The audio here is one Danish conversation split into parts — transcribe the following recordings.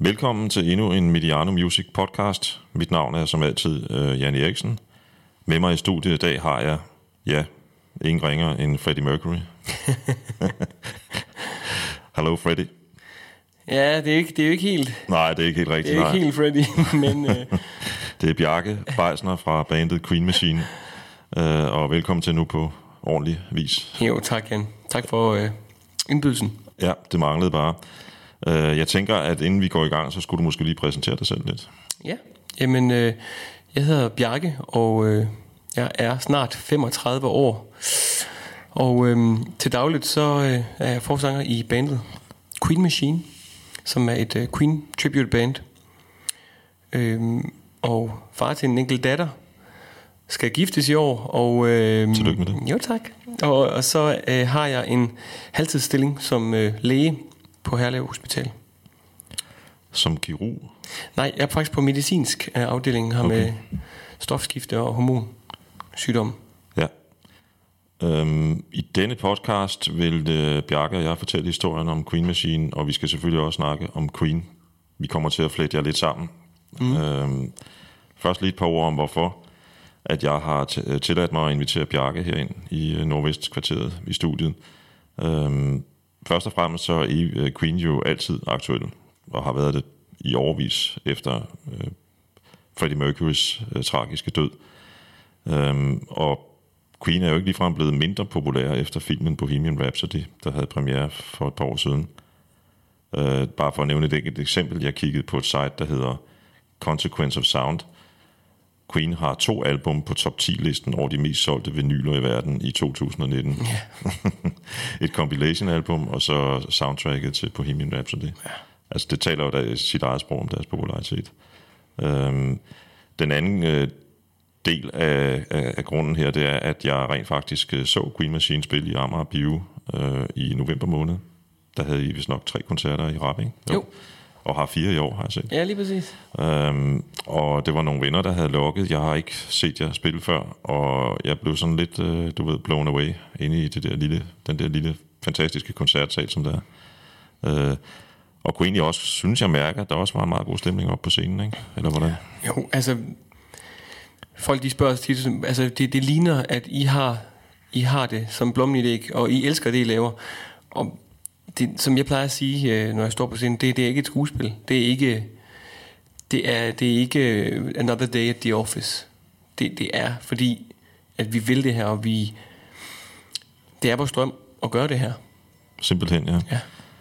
Velkommen til endnu en Mediano Music podcast. Mit navn er som altid Jan Eriksen. Med mig i studiet i dag har jeg, ingen ringer end Freddie Mercury. Hallo Freddie. Ja, det er jo ikke helt. Nej, det er ikke helt rigtigt. Det er ikke helt Freddie, men... Det er Bjarke Beisner fra bandet Queen Machine. Og velkommen til nu på ordentlig vis. Jo, tak Jan. Tak for indbydelsen. Ja, det manglede bare. Jeg tænker, at inden vi går i gang, så skulle du måske lige præsentere dig selv lidt. Ja, jamen, jeg hedder Bjarke, og jeg er snart 35 år. Og til dagligt så er jeg forsanger i bandet Queen Machine, som er et Queen tribute band. Og far til en enkelt datter, skal giftes i år. Og, tillykke med det. Jo, tak. Og så har jeg en halvtidsstilling som læge på Herlev Hospital. Som kirurg? Nej, jeg er faktisk på medicinsk afdeling her med stofskifte og hormonsygdom. Ja. I denne podcast vil Bjarke og jeg fortælle historien om Queen Machine, og vi skal selvfølgelig også snakke om Queen. Vi kommer til at flette jer lidt sammen. Først lige et par ord om hvorfor at jeg har tilladt mig at invitere Bjarke herind i Nordvestkvarteret i studiet. Først og fremmest så er Queen jo altid aktuel, og har været det i årevis efter Freddie Mercurys tragiske død. Og Queen er jo ikke ligefrem blevet mindre populær efter filmen Bohemian Rhapsody, der havde premiere for et par år siden. Bare for at nævne et eksempel, jeg kiggede på et site, der hedder Consequence of Sound. Queen har 2 album på top 10-listen over de mest solgte vinyler i verden i 2019. Yeah. Et compilation-album, og så soundtracket til Bohemian Rhapsody. Yeah. Altså, det taler jo da sit eget sprog om deres popularitet. Den anden del af grunden her, det er, at jeg rent faktisk så Queen Machine spille i Amager Bio i november måned. Der havde I vist nok 3 koncerter i Rapping. Jo. Og har 4 i år, har jeg set. Ja, lige præcis. Og det var nogle venner, der havde lukket. Jeg har ikke set jer spille før, og jeg blev sådan lidt, blown away inde i den der lille fantastiske koncertsal, som der er. Og kunne egentlig også, synes jeg mærker, at der også var en meget god stemning op på scenen, ikke? Eller hvordan? Jo, altså, folk de spørger tit, altså det ligner, at I har det som blommen i det, ikke? Og I elsker det, I laver. Og det, som jeg plejer at sige, når jeg står på scenen, det er ikke et skuespil. Det er ikke another day at the office. Det er fordi, at vi vil det her, og det er vores drøm at gøre det her. Simpelthen, ja.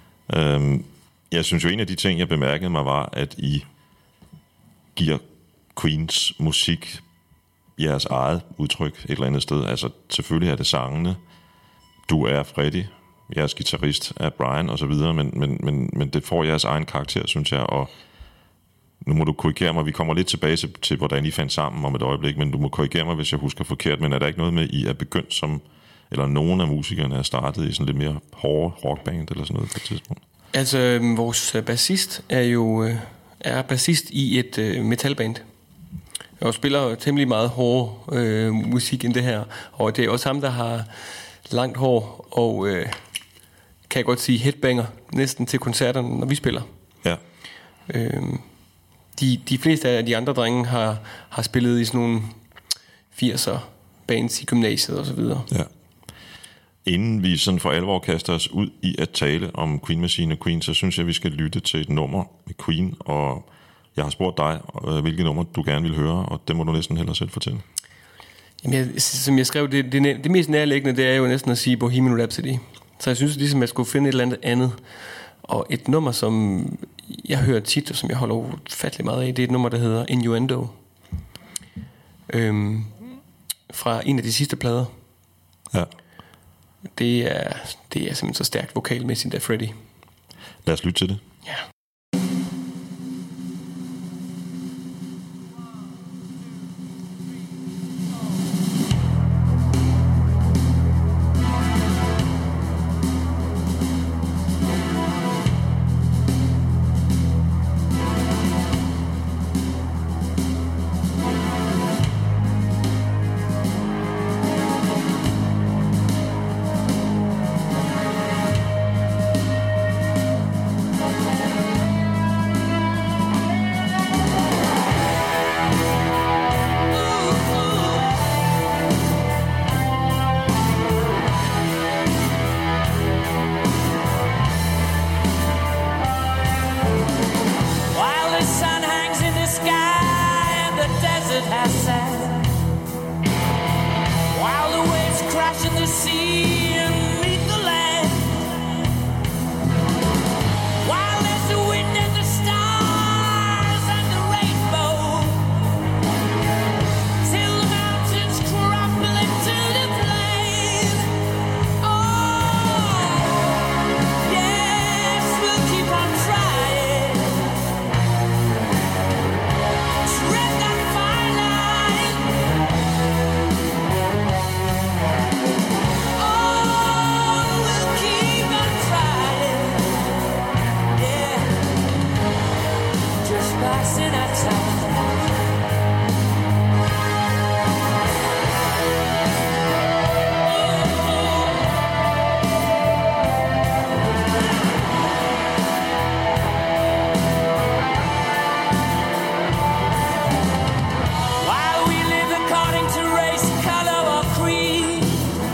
Jeg synes jo, en af de ting, jeg bemærkede mig, var, at I giver Queens musik jeres eget udtryk et eller andet sted. Altså, selvfølgelig er det sangene. Du er Freddie. Jeres guitarist er Brian og så videre, men det får jeres egen karakter, synes jeg, og nu må du korrigere mig, vi kommer lidt tilbage til hvordan I fandt sammen om et øjeblik, men du må korrigere mig, hvis jeg husker forkert, men er der ikke noget med, I er begyndt som, eller nogen af musikerne er startet i sådan lidt mere hårde rockband eller sådan noget på et tidspunkt? Altså, vores bassist er bassist i et metalband, og spiller temmelig meget hård musik end det her, og det er også ham, der har langt hår, og kan jeg godt sige headbanger næsten til koncerterne, når vi spiller. Ja. De fleste af de andre drenge har spillet i sådan nogle 80'er bands i gymnasiet og så videre. Ja. Inden vi sådan for alvor kaster os ud i at tale om Queen Machine og Queen, så synes jeg, vi skal lytte til et nummer med Queen, og jeg har spurgt dig, hvilket nummer du gerne vil høre, og det må du næsten hellere selv fortælle. Jamen, som jeg skrev, det mest nærliggende, det er jo næsten at sige Bohemian Rhapsody. Så jeg synes ligesom, jeg skulle finde et eller andet. Og et nummer, som jeg hører tit, og som jeg holder ufattelig meget af, det er et nummer, der hedder Innuendo. Fra en af de sidste plader. Ja. Det er simpelthen så stærkt vokalmæssigt af Freddie. Lad os lytte til det. Ja. crossing the sea and meet the land. While there's the wind and the stars and the rainbow, till the mountains crumble into the plain. Oh, yes, we'll keep on trying. Tread that fine line. Oh, we'll keep on trying. Yeah, just passing our time. While we live according to race, color or creed,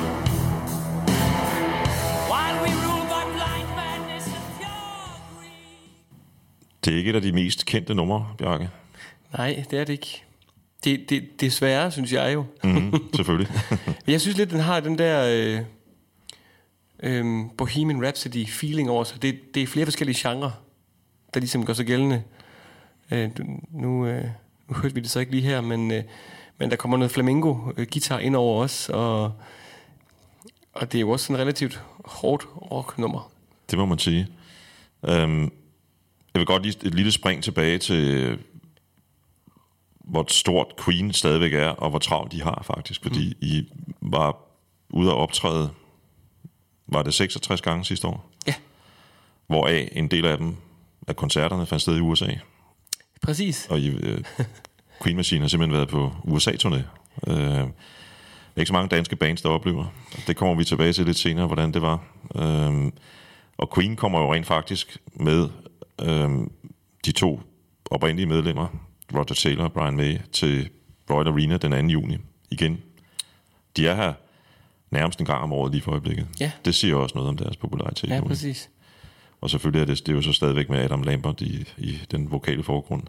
while we rule by blind madness and pure greed. Det er ikke et af de mest kendte numre, Bjarke. Nej, det er det ikke. Det er sværere, synes jeg jo. Selvfølgelig. Men jeg synes lidt, den har den der Bohemian Rhapsody feeling over sig. Det er flere forskellige genrer, der ligesom gør sig gældende. Nu hørte vi det så ikke lige her, men der kommer noget flamenco-guitar ind over os, og det er jo også sådan relativt hårdt rock-nummer. Det må man sige. Jeg vil godt lige et lille spring tilbage til, hvor stort Queen stadigvæk er, og hvor travlt de har faktisk. Fordi I var ude at optræde, var det 66 gange sidste år? Ja, Hvoraf en del af dem af koncerterne fandt sted i USA. præcis. Og Queen Machine har simpelthen været på USA-turné. Ikke så mange danske bands, der oplever. Det kommer vi tilbage til lidt senere, hvordan det var. Og Queen kommer jo rent faktisk med de to oprindelige medlemmer, Roger Taylor og Brian May, til Royal Arena den 2. juni igen. De er her nærmest en gang om året lige for øjeblikket. Ja. Det siger også noget om deres popularitet. Ja, nu. præcis. Og selvfølgelig er det er jo så stadigvæk med Adam Lambert i den vokale forgrund.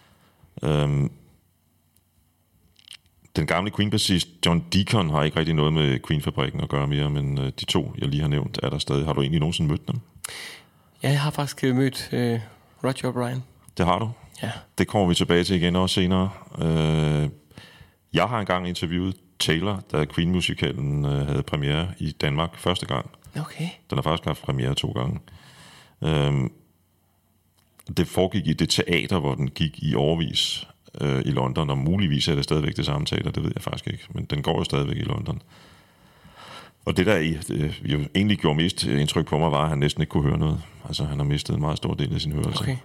Den gamle Queen-bassist John Deacon har ikke rigtig noget med Queen-fabrikken at gøre mere, men de to, jeg lige har nævnt, er der stadig. Har du egentlig nogensinde mødt dem? Ja, jeg har faktisk mødt Roger og Brian. Det har du? Ja. Det kommer vi tilbage til igen også senere. Jeg har engang interviewet Taylor, da Queen-musikalen havde premiere i Danmark første gang. Okay. Den har faktisk haft premiere 2 gange. Det foregik i det teater, hvor den gik i årevis i London, og muligvis er det stadigvæk det samme teater, det ved jeg faktisk ikke, men den går jo stadigvæk i London. Og det der jo egentlig gjorde mest indtryk på mig, var, at han næsten ikke kunne høre noget. Altså han har mistet en meget stor del af sin hørelse. Okay.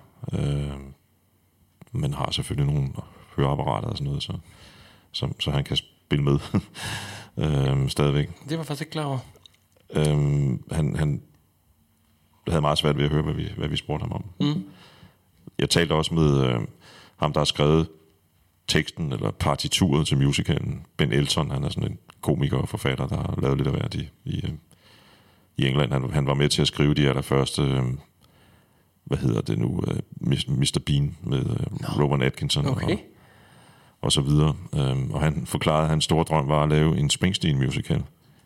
Men har selvfølgelig nogle høreapparater og sådan noget, så han kan spille med stadigvæk. Det var faktisk ikke klar over. Han havde meget svært ved at høre, hvad vi spurgte ham om. Jeg talte også med ham, der har skrevet teksten eller partituret til musicalen. Ben Elton, han er sådan en komiker og forfatter, der har lavet lidt af hvert i England. Han var med til at skrive de første, hvad hedder det nu, Mr. Bean med Rowan Atkinson og så videre. Og han forklarede, at hans store drøm var at lave en Springsteen-musical.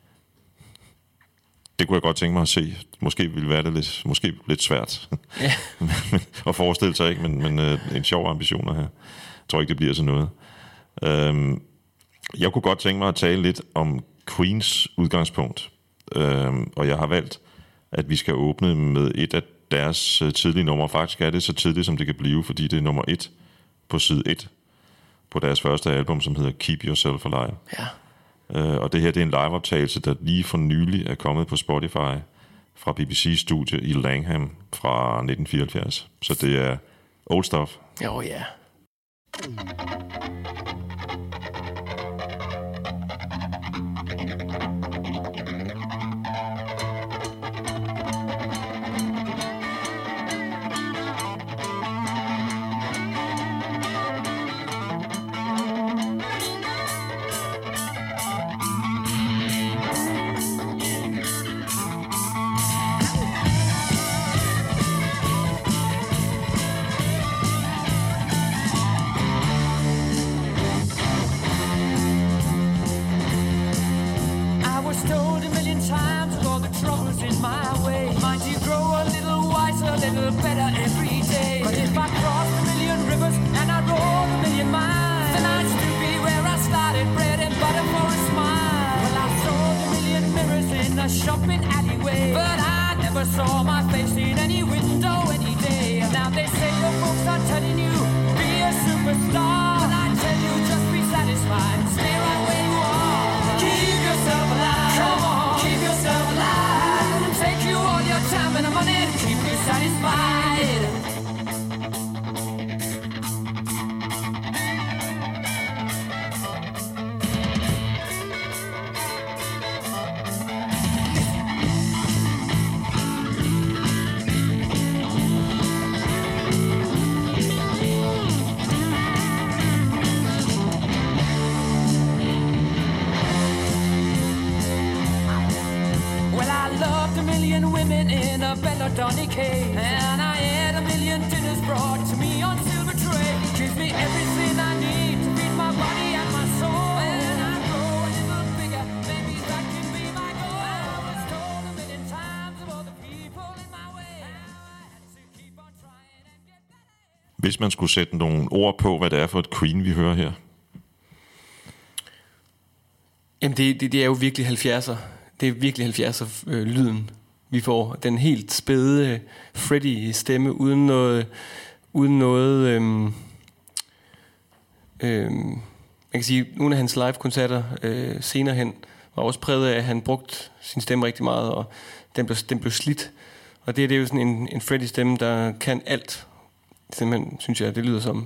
Det kunne jeg godt tænke mig at se. Måske ville være det lidt svært at forestille sig, ikke? Men en sjov ambition her. Jeg tror ikke, det bliver sådan noget. Jeg kunne godt tænke mig at tale lidt om Queens udgangspunkt. Og jeg har valgt, at vi skal åbne med et af deres tidlige numre. Faktisk er det så tidligt, som det kan blive, fordi det er nummer 1 på side 1 på deres første album, som hedder Keep Yourself Alive. Ja. Og det her, det er en liveoptagelse, der lige for nylig er kommet på Spotify fra BBC-studie i Langham fra 1974. Så det er old stuff. Jo, ja. was told a million times of all the troubles in my way. Mind you grow a little wiser, a little better every day. But if I crossed a million rivers and I rode a million miles, then I'd still be where I started, bread and butter for a smile. Well, I saw a million mirrors in a shopping alleyway, but I never saw my face in any window any day. Now they say your folks are telling you, be a superstar, but I tell you, just be satisfied, stay right where you are. Keep yourself alive, come on, keep yourself alive. Take you all your time and money to keep you satisfied. And I had a million dinners brought to me on silver tray. Gives me everything I need to feed my body and my soul. And I grow a little bigger, maybe that can be my goal. I was told a million times of all the people in my way. I had to keep on trying and get better. Hvis man skulle sætte nogle ord på, hvad det er for et Queen, vi hører her. Jamen det er jo virkelig 70'er. Det er virkelig 70'er lyden. Vi får den helt spæde Freddie stemme uden noget man kan sige, nogle af hans live-koncerter senere hen var også præget af, at han brugte sin stemme rigtig meget, og den blev slidt. Og det er jo sådan en Freddie stemme, der kan alt. Simpelthen synes jeg, det lyder som.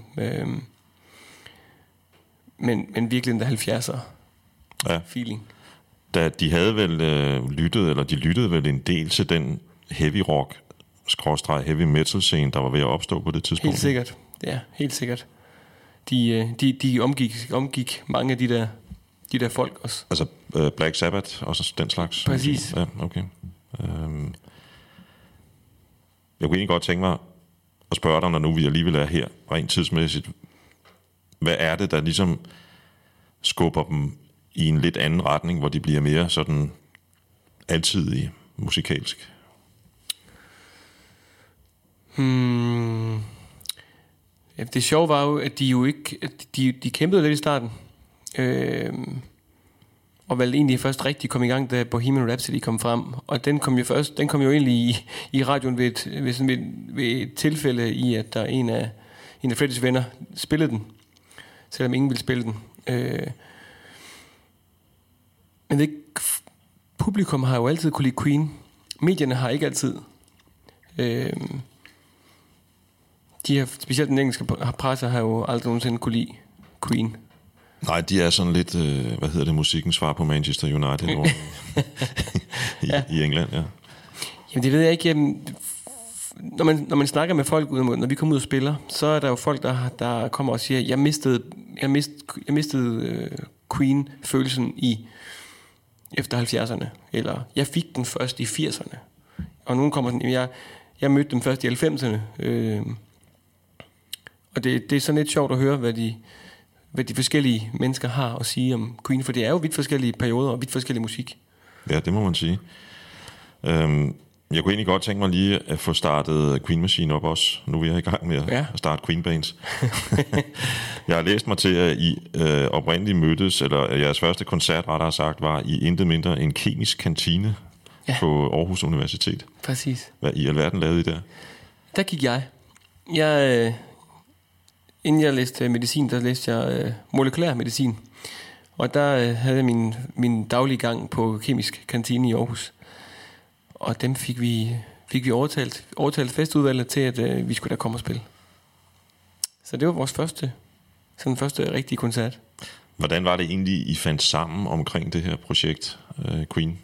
Men virkelig den der 70'er feeling. Da de havde vel de lyttede vel en del til den heavy rock / heavy metal scene, der var ved at opstå på det tidspunkt. Helt sikkert, ja, helt sikkert. De omgik mange af de der folk også. Altså Black Sabbath og den slags. Præcis. Ja, okay. Jeg kunne egentlig godt tænke mig at spørge dig, når nu vi alligevel er her rent tidsmæssigt, hvad er det, der ligesom skubber dem i en lidt anden retning, hvor de bliver mere sådan altidige musikalsk? Ja, det sjove var jo, at de kæmpede lidt i starten, og valgte egentlig først rigtig komme i gang, da Bohemian Rhapsody kom frem, og den kom jo egentlig i radioen ved et tilfælde i, at der en af Freddies venner spillede den, selvom ingen ville spille den. Men publikum har jo altid kunne lide Queen. Medierne har ikke altid. De har, specielt den engelske presse har jo aldrig nogensinde kunne lide Queen. Nej, de er sådan lidt, musikkens svar på Manchester United i England, ja. Jamen det ved jeg ikke. Når man snakker med folk når vi kommer ud og spiller, så er der jo folk, der kommer og siger, jeg mistede Queen-følelsen efter 70'erne, eller jeg fik den først i 80'erne. Og nogen kommer sådan, jeg mødte dem først i 90'erne. Og det er sådan lidt sjovt at høre, hvad de forskellige mennesker har at sige om Queen, for det er jo vidt forskellige perioder og vidt forskellige musik. Ja, det må man sige. Jeg kunne egentlig godt tænke mig lige at få startet Queen Machine op også. Nu er jeg i gang med at starte Queen Bands. Jeg har læst mig til, at I oprindeligt mødtes, eller jeres første koncert, rettere sagt, var i intet mindre en kemisk kantine på Aarhus Universitet. Præcis. Hvad i alverden lavede I der? Der gik jeg. Inden jeg læste medicin, der læste jeg molekylær medicin. Og der havde jeg min daglige gang på kemisk kantine i Aarhus. Og dem fik vi overtalt festudvalget til, at vi skulle da komme og spille. Så det var vores første rigtige koncert. Hvordan var det egentlig, I fandt sammen omkring det her projekt, Queen?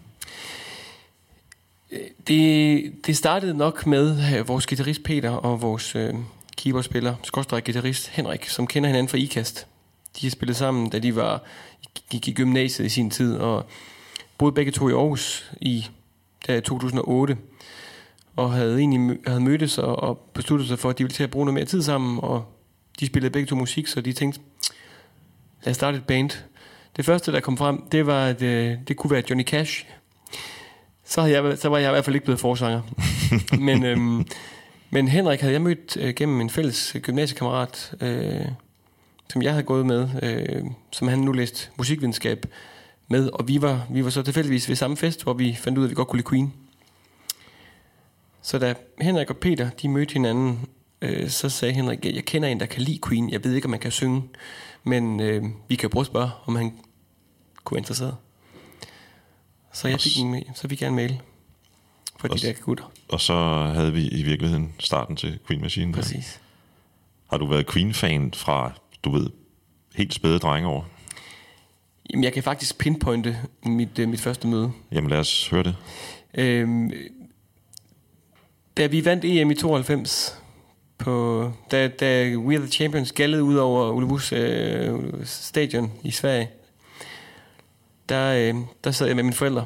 Det startede nok med vores guitarist Peter og vores keyboardspiller, /guitarist Henrik, som kender hinanden fra IKAST. De har spillet sammen, da de gik i gymnasiet i sin tid, og boede begge to i Aarhus i 2008, og havde mødtes og besluttet sig for, at de ville til at bruge noget mere tid sammen, og de spillede begge to musik, så de tænkte, lad os starte et band. Det første, der kom frem, det var, at det kunne være Johnny Cash. Så var jeg i hvert fald ikke blevet forsanger. Men Henrik havde jeg mødt gennem en fælles gymnasiekammerat, som jeg havde gået med, som han nu læste musikvidenskab med, og vi var så tilfældigvis ved samme fest, hvor vi fandt ud af, at vi godt kunne lide Queen. Så da Henrik og Peter, de mødte hinanden, så sagde Henrik, jeg kender en, der kan lide Queen. Jeg ved ikke, om man kan synge, men vi kan prøve at spørge, om han kunne være interesseret. Så jeg fik en mail for de der gutter. Og så havde vi i virkeligheden starten til Queen Machine. Præcis. Har du været Queen-fan fra, du ved, helt spæde drengeår? Jamen, jeg kan faktisk pinpointe mit første møde. Jamen, lad os høre det. Da vi vandt EM i 92, da We Are The Champions gallede ud over Ullevuds stadion i Sverige, der sad jeg med mine forældre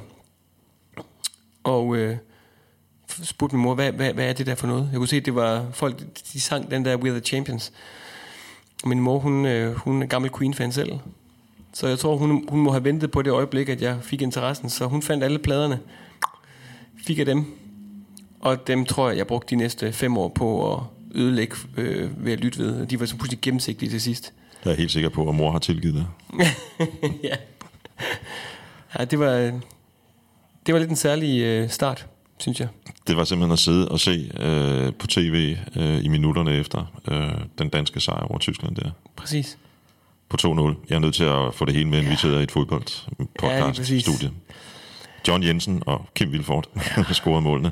og spurgte min mor, hvad er det der for noget? Jeg kunne se, at det var folk, de sang den der We Are The Champions. Min mor, hun er en gammel Queen-fan selv. Så jeg tror, hun må have ventet på det øjeblik, at jeg fik interessen. Så hun fandt alle pladerne, fik af dem. Og dem tror jeg brugte de næste 5 år på at ødelægge ved at lytte ved. De var så pludselig gennemsigtige til sidst. Jeg er helt sikker på, at mor har tilgivet dig. Ja, det var lidt en særlig start, synes jeg. Det var simpelthen at sidde og se på tv i minutterne efter den danske sejr over Tyskland der. Præcis. På 2-0. Jeg er nødt til at få det hele med, inden vi sidder i et fodboldpodcast-studie. John Jensen og Kim Vilfort scorede målene.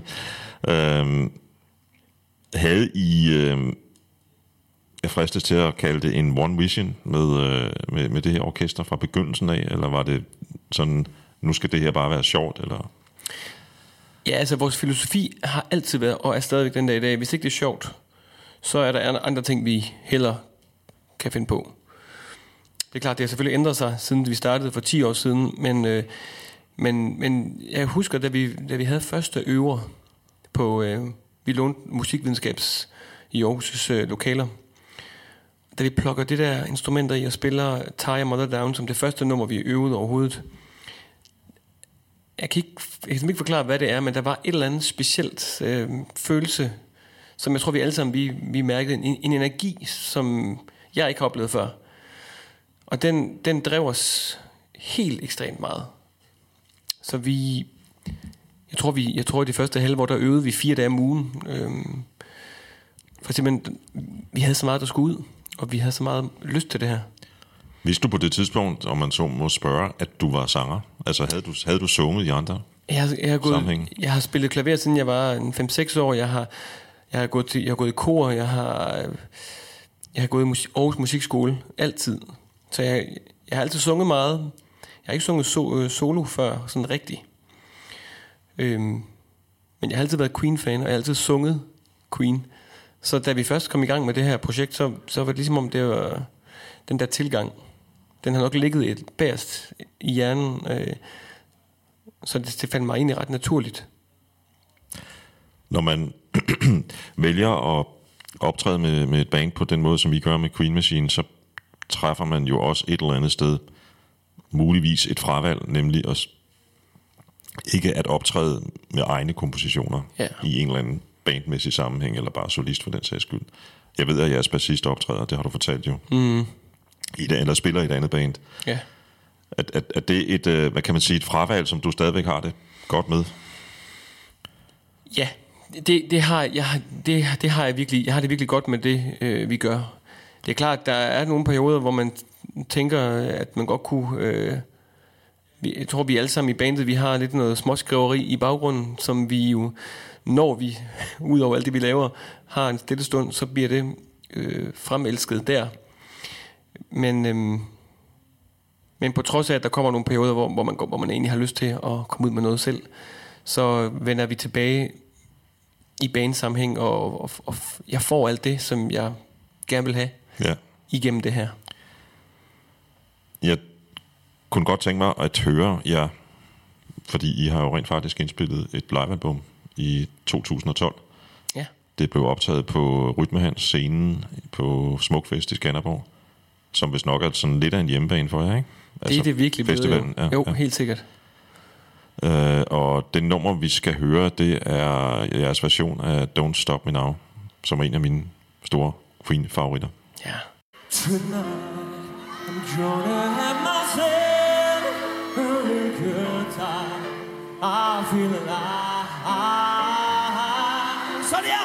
Havde I, jeg fristes til at kalde det en one vision med det her orkester fra begyndelsen af, eller var det sådan, nu skal det her bare være sjovt, eller? Ja, altså vores filosofi har altid været, og er stadigvæk den dag i dag, hvis ikke det er sjovt, så er der andre ting, vi hellere kan finde på. Det er klart, det har selvfølgelig ændret sig, siden vi startede for 10 år siden, men jeg husker, da vi havde første øver på, vi lånte musikvidenskabs i Aarhus' lokaler, da vi plukker det der instrumenter i og spiller Tie Your Mother Down som det første nummer, vi øvede overhovedet. Jeg kan ikke forklare, hvad det er, men der var et eller andet specielt følelse, som jeg tror, vi alle sammen vi mærkede, en energi, som jeg ikke har oplevet før. Og den drev os helt ekstremt meget. Så jeg tror i det første halvår, der øvede vi 4 dage om ugen. For simpelthen, vi havde så meget, der skulle ud, og vi havde så meget lyst til det her. Vidste du på det tidspunkt, om man så må spørge, at du var sanger? Altså havde du sunget i andre sammenhænge? Jeg har spillet klaver, siden jeg var 5-6 år. Jeg har gået i kor, jeg har gået i Aarhus Musikskole, altid. Så jeg har altid sunget meget. Jeg har ikke sunget solo før, sådan rigtigt. Men jeg har altid været Queen-fan, og jeg har altid sunget Queen. Så da vi først kom i gang med det her projekt, så var det ligesom om det var den der tilgang. Den har nok ligget et bagerst i hjernen, så det fandt mig egentlig ret naturligt. Når man vælger at optræde med et band på den måde, som vi gør med Queen Machine, så træffer man jo også et eller andet sted muligvis et fravalg, nemlig ikke at optræde med egne kompositioner i en eller anden bandmæssig sammenhæng, eller bare solist for den sags skyld. Jeg ved, at jeres bassist optræder, det har du fortalt jo. Eller spiller i et andet band. Ja. Er det et, hvad kan man sige, et fravalg, som du stadigvæk har det godt med? Ja, det har jeg virkelig. Jeg har det virkelig godt med det, vi gør. Det er klart, at der er nogle perioder, hvor man tænker, at man godt kunne... jeg tror, vi alle sammen i bandet, vi har lidt noget småskriveri i baggrunden, som vi jo, når vi, ud over alt det, vi laver, har en stille stund, så bliver det fremelsket der. Men på trods af, at der kommer nogle perioder, hvor man egentlig har lyst til at komme ud med noget selv, så vender vi tilbage i bandsammenhæng, og jeg får alt det, som jeg gerne vil have igennem det her. Jeg kunne godt tænke mig at høre jer, fordi I har jo rent faktisk indspillet et livealbum i 2012. Ja. Det blev optaget på Rytmehans scenen på Smukfest i Skanderborg. som vist nok er sådan lidt af en hjemmebane for jer, ikke? Altså, det er det virkelig festivalen. blevet, jo, helt sikkert. Og det nummer, vi skal høre, det er jeres version af Don't Stop Me Now, som er en af mine store Queen-favoritter. Ja. Tonight, I'm gonna have myself a really good time. I feel alive. Sonja!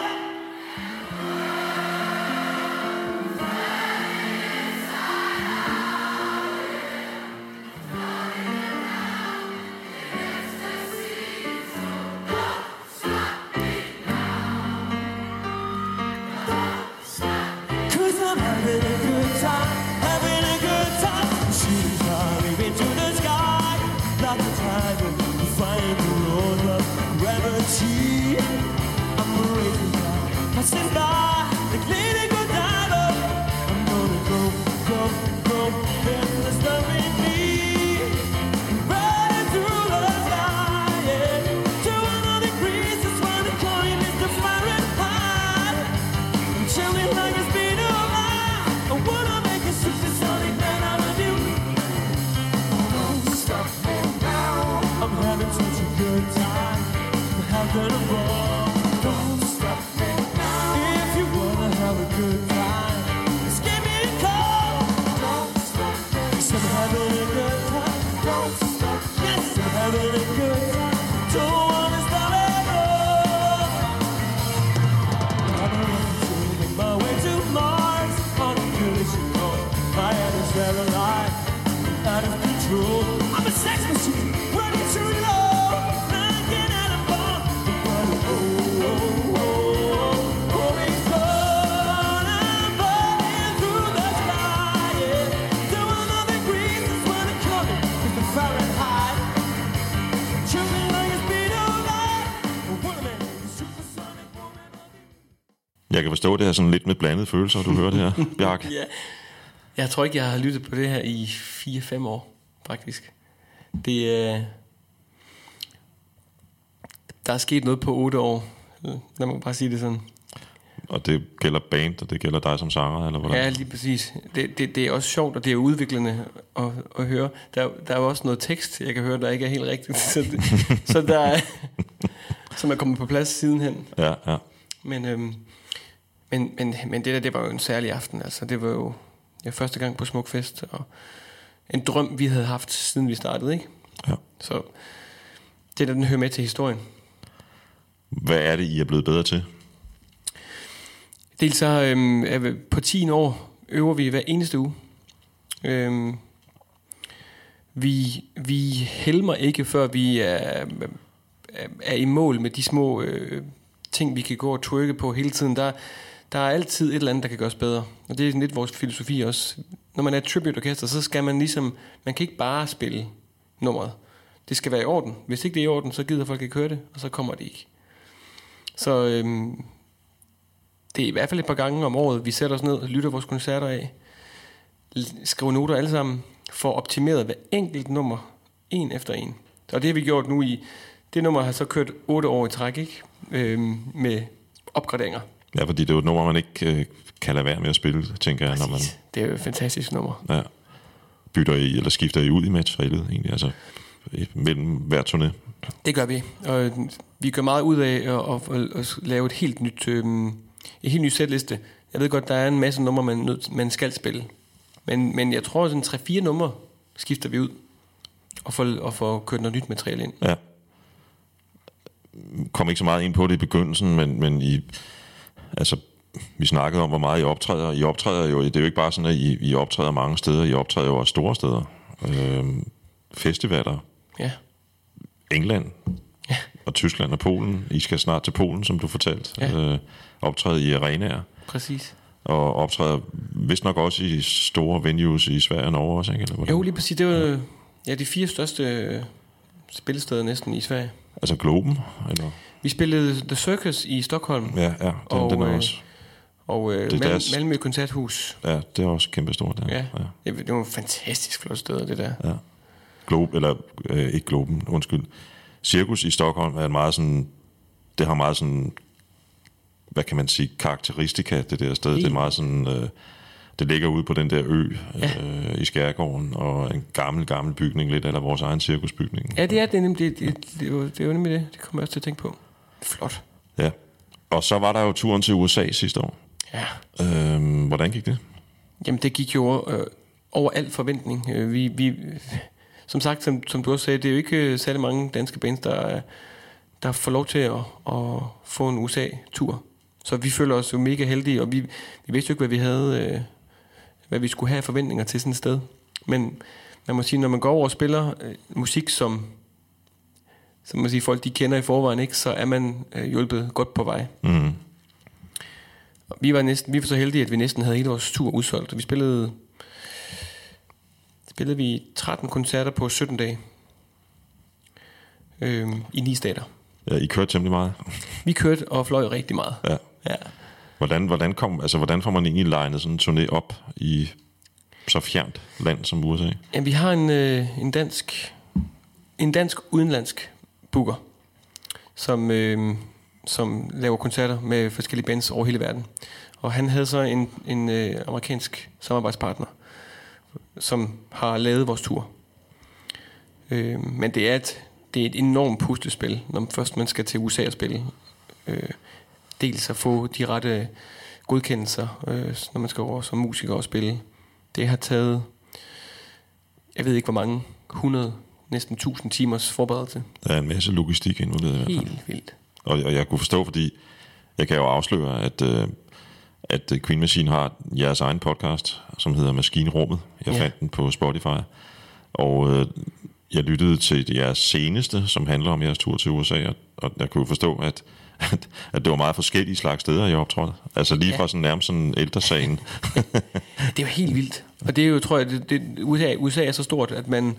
Passing by the clinic or diver, I'm gonna go, and there's nothing me running through the sky, yeah. 200 degrees is when the coin is the Fahrenheit. I'm chilling like it's been a while. I wanna make a supersonic man out of you. Don't stop me now. I'm having such a good time. How can I fall? Don't stop me. Have a good time. Just give me a call. Don't stop. Yes, I'm having a good time. Don't stop. Yes, I'm having a good time. Don't wanna stop at all. I'm going to make my way to Mars on a collision course. My head is very light, out of control. I'm a sex machine, running too low, knocking at a bar. Jeg kan forstå, det er sådan lidt med blandede følelser, du hører det her, Bjarke. Ja. Jeg tror ikke, jeg har lyttet på det her i 4-5 år, faktisk. Der er sket noget på 8 år. Lad mig bare sige det sådan. Og det gælder band, og det gælder dig som sanger, eller hvordan? Ja, lige præcis. Det er også sjovt, og det er udviklende at høre. Der er jo også noget tekst, jeg kan høre, der ikke er helt rigtigt. Så der er, som er kommet på plads sidenhen. Ja. Men det var jo en særlig aften. Altså, det var jo første gang på Smukfest, og en drøm, vi havde haft, siden vi startede, ikke? Ja. Så det den hører med til historien. Hvad er det, I er blevet bedre til? Dels så på 10 år øver vi hver eneste uge. Vi helmer ikke, før vi er i mål med de små ting, vi kan gå og trykke på hele tiden. Der er altid et eller andet, der kan gøres bedre. Og det er lidt vores filosofi også. Når man er et tribute-orkester, så skal man ligesom... Man kan ikke bare spille nummeret. Det skal være i orden. Hvis ikke det er i orden, så gider folk ikke høre det, og så kommer det ikke. Så det er i hvert fald et par gange om året, vi sætter os ned og lytter vores koncerter af. Skriver noter alle sammen, for at optimere hver enkelt nummer, en efter en. Og det har vi gjort nu i... Det nummer har så kørt 8 år i træk, ikke? Med opgraderinger. Ja, fordi det er jo et nummer, man ikke kan lade være med at spille, tænker jeg. Når man, det er jo et fantastisk nummer. Ja. Bytter I, eller skifter I ud i materialet egentlig, altså mellem hver turné? Det gør vi, og vi gør meget ud af at lave et helt nyt sætliste. Jeg ved godt, der er en masse numre, man skal spille. Men jeg tror, sådan 3-4 numre skifter vi ud, og får kørt noget nyt materiale ind. Ja. Kom ikke så meget ind på det i begyndelsen, men vi snakkede om, hvor meget I optræder. I optræder jo, det er jo ikke bare sådan, at I optræder mange steder, I optræder jo også store steder. Festivaler. Ja. England. Ja. Og Tyskland og Polen. I skal snart til Polen, som du fortalte. Ja. Optræder i arenaer. Præcis. Og optræder vist nok også i store venues i Sverige og Norge også, ikke? Eller jo, lige præcis. Det var de 4 største spillesteder næsten i Sverige. Altså Globen? Eller? Vi spillede The Circus i Stockholm. Ja, den er også. Og Malmø Koncerthus. Ja, det er også kæmpestort. Ja. Det var en fantastisk flot sted, det der. Ja. Ikke Globen, undskyld. Cirkus i Stockholm er meget sådan... Det har meget sådan... Hvad kan man sige? Karakteristika, det der sted. Det er meget sådan... det ligger ude på den der ø i Skærgården, og en gammel bygning, lidt eller vores egen cirkusbygning. Ja, det er det nemlig. Det er jo nemlig det. Det kommer jeg også til at tænke på. Flot. Ja. Og så var der jo turen til USA sidste år. Ja. Hvordan gik det? Jamen, det gik jo over al forventning. Vi som sagt, som du også sagde, det er jo ikke særlig mange danske bands, der får lov til at få en USA-tur. Så vi føler os jo mega heldige, og vi vidste jo ikke, hvad vi havde, hvad vi skulle have forventninger til sådan et sted. Men man må sige, når man går over og spiller musik, som man siger, folk de kender i forvejen, ikke, så er man hjulpet godt på vej. Mm. Vi var så heldige, at vi næsten havde hele vores tur udsolgt. Vi spillede vi 13 koncerter på 17 dage i 9 stater. Ja, I kørte temmelig meget. Vi kørte og fløj rigtig meget. Ja. Ja. Hvordan får man egentlig legnet sådan en turné op i så fjernt land som USA? Ja, vi har en dansk udenlandsk booker, som laver koncerter med forskellige bands over hele verden. Og han havde så en amerikansk samarbejdspartner, som har lavet vores tur. Men det er et enormt puslespil, når først man skal til USA og spille. Dels at få de rette godkendelser, når man skal over som musiker og spille. Det har taget, jeg ved ikke hvor mange, 100, næsten 1000 timers forberedelse. Der er en masse logistik involveret i hvert fald. Helt vildt. Og jeg kunne forstå, fordi jeg kan jo afsløre, at Queen Machine har jeres egen podcast, som hedder Maskinrummet. Jeg fandt den på Spotify. Og jeg lyttede til jeres seneste, som handler om jeres tur til USA, og jeg kunne forstå, at det var meget forskellige slags steder, jeg optrådte. Altså lige fra sådan nærmest sådan ældresagen. Det er jo helt vildt. Og det er jo, tror jeg, USA er så stort, at man...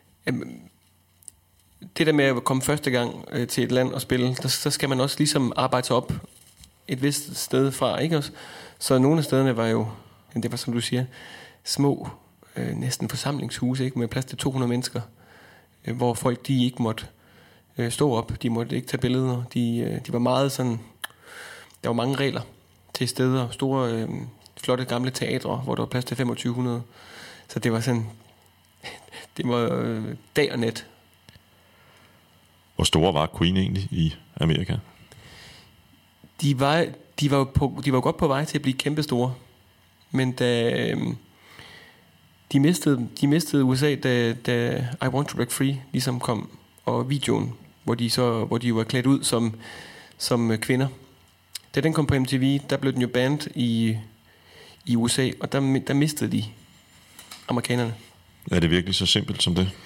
Det der med at komme første gang til et land og spille, så skal man også ligesom arbejde sig op et vist sted fra, ikke også? Så nogle af stederne var jo, det var som du siger, små, næsten forsamlingshuse, ikke, med plads til 200 mennesker, hvor folk de ikke måtte stå op, de måtte ikke tage billeder, de var meget sådan, der var mange regler til steder, store, flotte gamle teatre, hvor der var plads til 2500, så det var sådan, det var dag og nat. Hvor store var Queen egentlig i Amerika? De var godt på vej til at blive kæmpestore, men da de mistede USA, da I Want to Break Free ligesom kom, og videoen, hvor de var klædt ud som kvinder. Da den kom på MTV, der blev den jo banned i USA, og der mistede de amerikanerne. Er det virkelig så simpelt som det?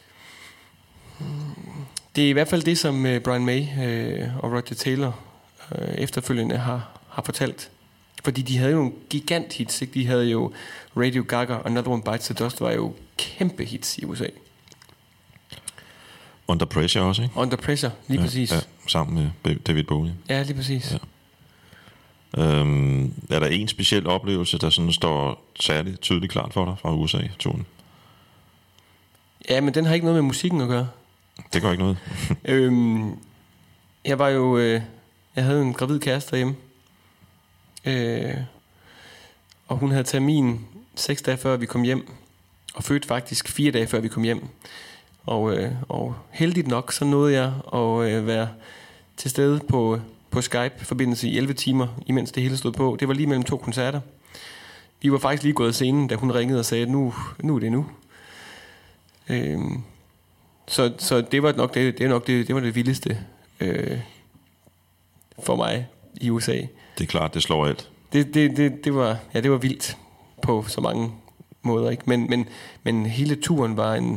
Det er i hvert fald det, som Brian May og Roger Taylor efterfølgende har fortalt. Fordi de havde jo nogle gigant hits, ikke? De havde jo Radio Gaga og Another One Bites the Dust, var jo kæmpe hits i USA. Under Pressure også, ikke? Under Pressure, lige præcis. Ja, sammen med David Bowie. Ja, lige præcis. Ja. Er der en speciel oplevelse, der sådan står særligt tydeligt klart for dig fra USA-turen? Ja, men den har ikke noget med musikken at gøre. Det gør ikke noget. Jeg var jo... jeg havde en gravid kæreste derhjemme. Og hun havde termin 6 dage før vi kom hjem. Og fødte faktisk 4 dage før vi kom hjem. Og heldigt nok, så nåede jeg at være til stede på Skype-forbindelse i 11 timer, imens det hele stod på. Det var lige mellem 2 koncerter. Vi var faktisk lige gået af scenen, da hun ringede og sagde, at nu er det nu. Så det var nok det var det vildeste for mig i USA. Det er klart, det slår alt. Det var vildt på så mange måder, ikke? Men hele turen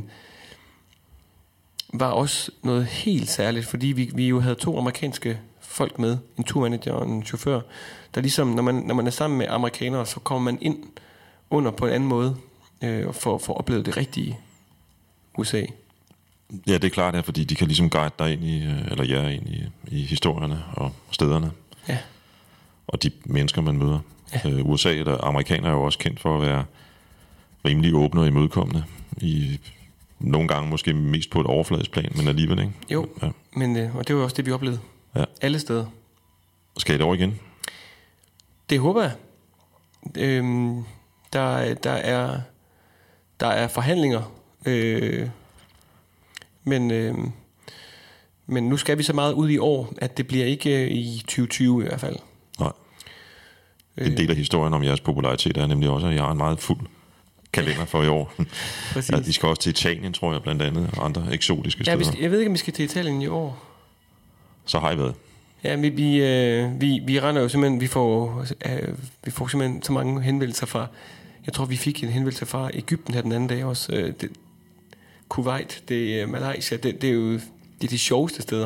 var også noget helt særligt, fordi vi jo havde 2 amerikanske folk med, en turmanager og en chauffør, der ligesom, når man er sammen med amerikanere, så kommer man ind under på en anden måde, og får oplevet det rigtige USA. Ja, det er klart, fordi de kan ligesom guide dig ind i historierne og stederne. Ja. Og de mennesker, man møder. Ja. USA eller amerikanere er jo også kendt for at være rimelig åbne og imødekommende. Nogle gange måske mest på et overfladisk plan, men alligevel, ikke? Jo, ja. Men og det var også det, vi oplevede. Ja. Alle steder. Skal I det over igen? Det håber jeg. Der er forhandlinger, men nu skal vi så meget ud i år, at det bliver ikke i 2020 i hvert fald. Nej. En del af historien om jeres popularitet er nemlig også, at jeg har en meget fuld kalender for i år. Ja, de skal også til Italien, tror jeg, blandt andet, og andre eksotiske steder. Jeg ved ikke, om vi skal til Italien i år. Så har I været. Ja, vi render jo simpelthen, vi får simpelthen så mange henvendelser fra, jeg tror, vi fik en henvendelse fra Egypten her den anden dag også. Kuwait, det er Malaysia, det er jo de sjoveste steder.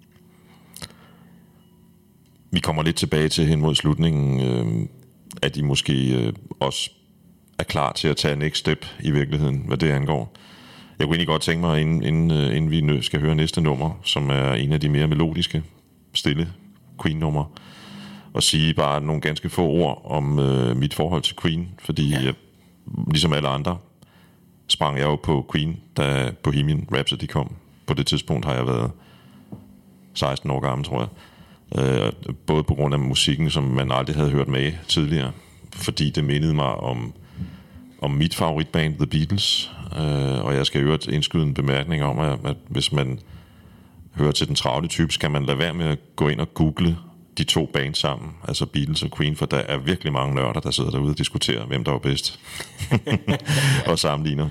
Vi kommer lidt tilbage til hen mod slutningen, at I måske også er klar til at tage next step i virkeligheden, hvad det angår. Jeg kunne egentlig godt tænke mig, inden vi skal høre næste nummer, som er en af de mere melodiske, stille Queen-nummer, og sige bare nogle ganske få ord om mit forhold til Queen, fordi jeg, ligesom alle andre, sprang jeg jo på Queen, da Bohemian Rhapsody kom. På det tidspunkt har jeg været 16 år gammel, tror jeg. Både på grund af musikken, som man aldrig havde hørt med tidligere, fordi det mindede mig om mit favoritband, The Beatles, og jeg skal øvrigt indskyde en bemærkning om, at hvis man hører til den travle type, skal man lade være med at gå ind og google de to bands sammen, altså Beatles og Queen, for der er virkelig mange nørder, der sidder derude og diskuterer, hvem der var bedst, og sammenligner.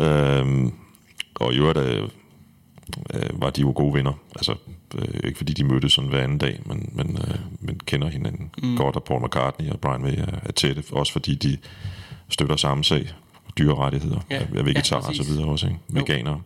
Og i øvrigt var de jo gode venner, altså ikke fordi de mødtes sådan hver anden dag, men kender hinanden godt, og Paul McCartney og Brian May er tætte, også fordi de støtter samme sag, dyrerettigheder, er vegetarer og så videre også, ikke? Veganere.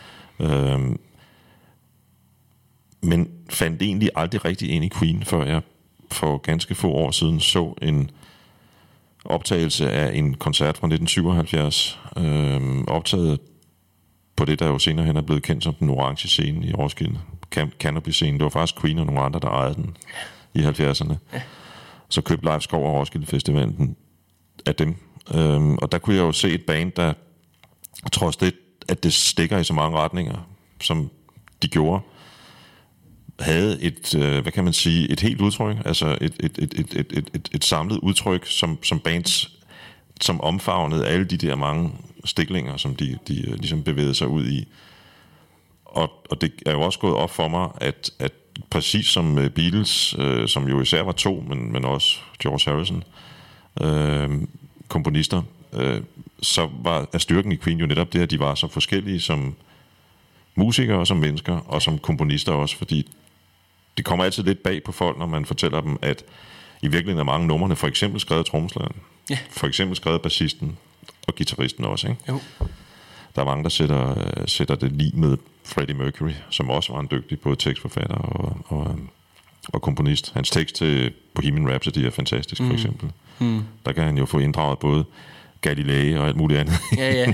Men fandt egentlig aldrig rigtig ind i Queen, før jeg for ganske få år siden så en optagelse af en koncert fra 1977, optaget på det, der jo senere hen er blevet kendt som den orange scene i Roskilde, Cannabis-scenen. Det var faktisk Queen og nogle andre, der ejede den i 70'erne. Så købte Leif Skov og Roskilde Festivalen af dem. Og der kunne jeg jo se et band, der trods det, at det stikker i så mange retninger, som de gjorde, havde et, hvad kan man sige, et helt udtryk, altså et samlet udtryk, som bands, som omfavnede alle de der mange stiklinger, som de ligesom bevægede sig ud i. Og det er jo også gået op for mig, at præcis som Beatles, som jo især var to, men også George Harrison, komponister, så er styrken i Queen jo netop det, at de var så forskellige som musikere og som mennesker, og som komponister også, fordi det kommer altid lidt bag på folk, når man fortæller dem, at i virkeligheden er mange numrene for eksempel skrevet trommeslageren, for eksempel skrevet bassisten og guitaristen også, ikke? Jo. Der er mange, der sætter det lige med Freddie Mercury, som også var en dygtig både tekstforfatter og komponist. Hans tekst til Bohemian Rhapsody er fantastisk, for eksempel. Der kan han jo få inddraget både Galilei og alt muligt andet. Ja.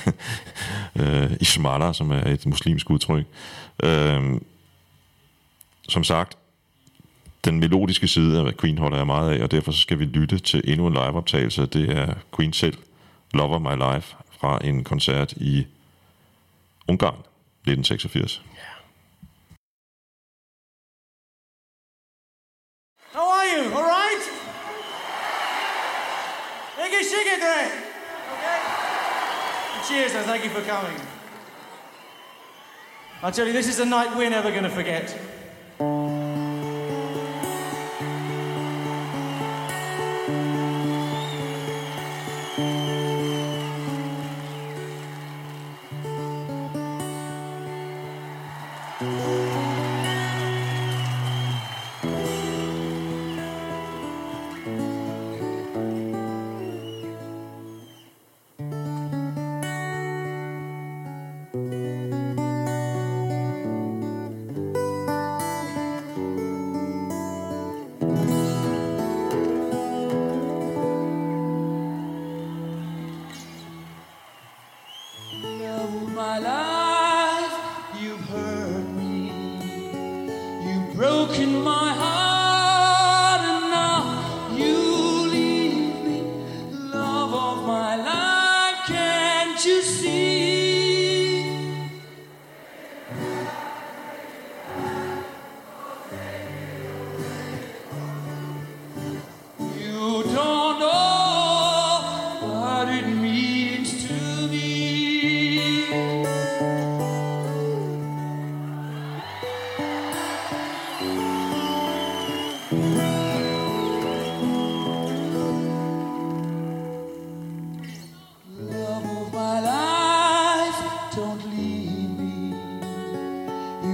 Ismala, som er et muslimsk udtryk. Som sagt, den melodiske side af Queen holder jeg meget af, og derfor så skal vi lytte til endnu en liveoptagelse. Det er Queen selv, Love of My Life, fra en koncert i Ungarn 1986. How are you? All right? Shake it, great. Okay. Cheers, and thank you for coming. I'll tell you, this is a night we're never going to forget.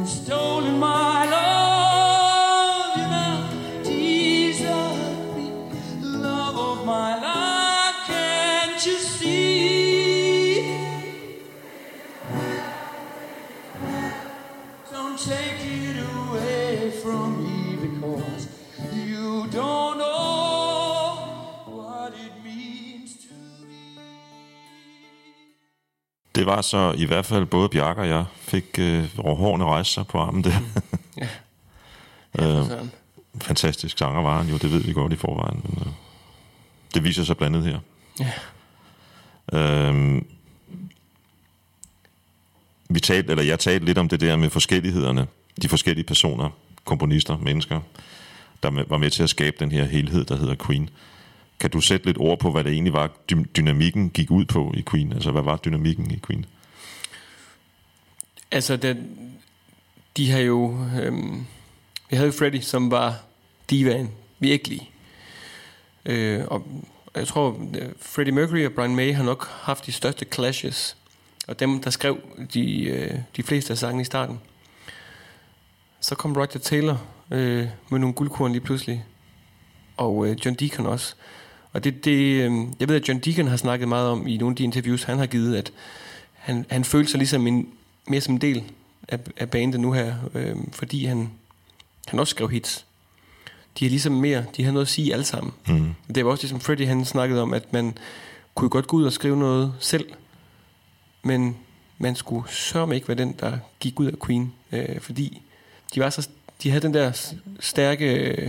and stolen my love. You now desert me, love of my life. Can't you see? Don't take it away from me, because you don't know what it means to me. Det var så i hvert fald både Bjarke og jeg fik hårene rejse sig på armen der. Ja. Fantastisk sanger var han jo, det ved vi godt i forvejen. Men, det viser sig blandet her. Ja. Jeg talte lidt om det der med forskellighederne. De forskellige personer, komponister, mennesker, der var med til at skabe den her helhed, der hedder Queen. Kan du sætte lidt ord på, hvad det egentlig var, dynamikken gik ud på i Queen? Altså, hvad var dynamikken i Queen? Altså, de har jo... vi havde jo Freddie, som var divaen, virkelig. Og jeg tror, Freddie Mercury og Brian May har nok haft de største clashes. Og dem, der skrev de fleste af sangene i starten. Så kom Roger Taylor med nogle guldkorn lige pludselig. Og John Deacon også. Og jeg ved, at John Deacon har snakket meget om i nogle af de interviews, han har givet, at han følte sig ligesom mere som en del af bandet nu her, fordi han også skrev hits. De har ligesom mere, de har noget at sige alle sammen. Mm. Det var også ligesom Freddie, han snakkede om, at man kunne godt gå ud og skrive noget selv, men man skulle sørme ikke være den, der gik ud af Queen, fordi de havde den der stærke...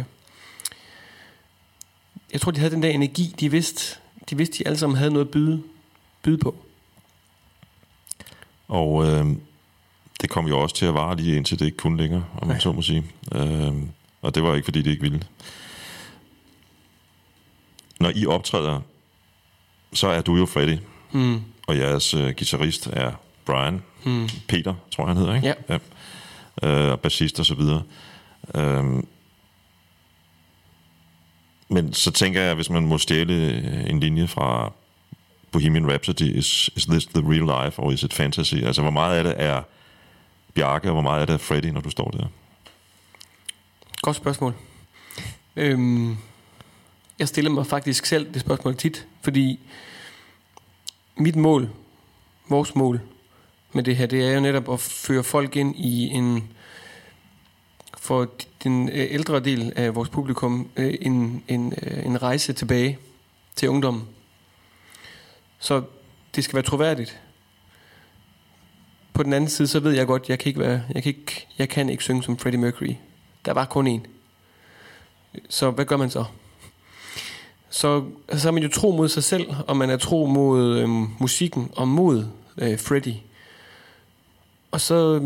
Jeg tror, de havde den der energi, de vidste, de alle sammen havde noget at byde på. Og det kom jo også til at vare lige indtil det ikke kunne længere, om man så må sige. Og det var ikke, fordi det ikke ville. Når I optræder, så er du jo Freddie, og jeres guitarist er Brian, Peter, tror jeg han hedder, ikke? Ja. Og bassist og så videre. Men så tænker jeg, hvis man må stjæle en linje fra Bohemian Rhapsody, is this the real life, or is it fantasy? Altså, hvor meget af det er Bjarke, og hvor meget af det er Freddie, når du står der? Godt spørgsmål. Jeg stiller mig faktisk selv det spørgsmål tit, fordi vores mål med det her, det er jo netop at føre folk ind i for den ældre del af vores publikum en rejse tilbage til ungdommen. Så det skal være troværdigt. På den anden side, så ved jeg godt, jeg kan ikke synge som Freddie Mercury. Der var kun én. Så hvad gør man så? Så er man jo tro mod sig selv, og man er tro mod musikken og mod Freddie. Og så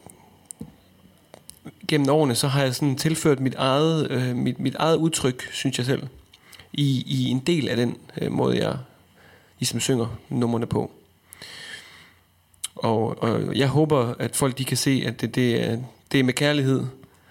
gennem årene, så har jeg sådan tilført mit eget udtryk, synes jeg selv, i en del af den måde, jeg ligesom synger numrene på. Og jeg håber, at folk de kan se, at det er med kærlighed,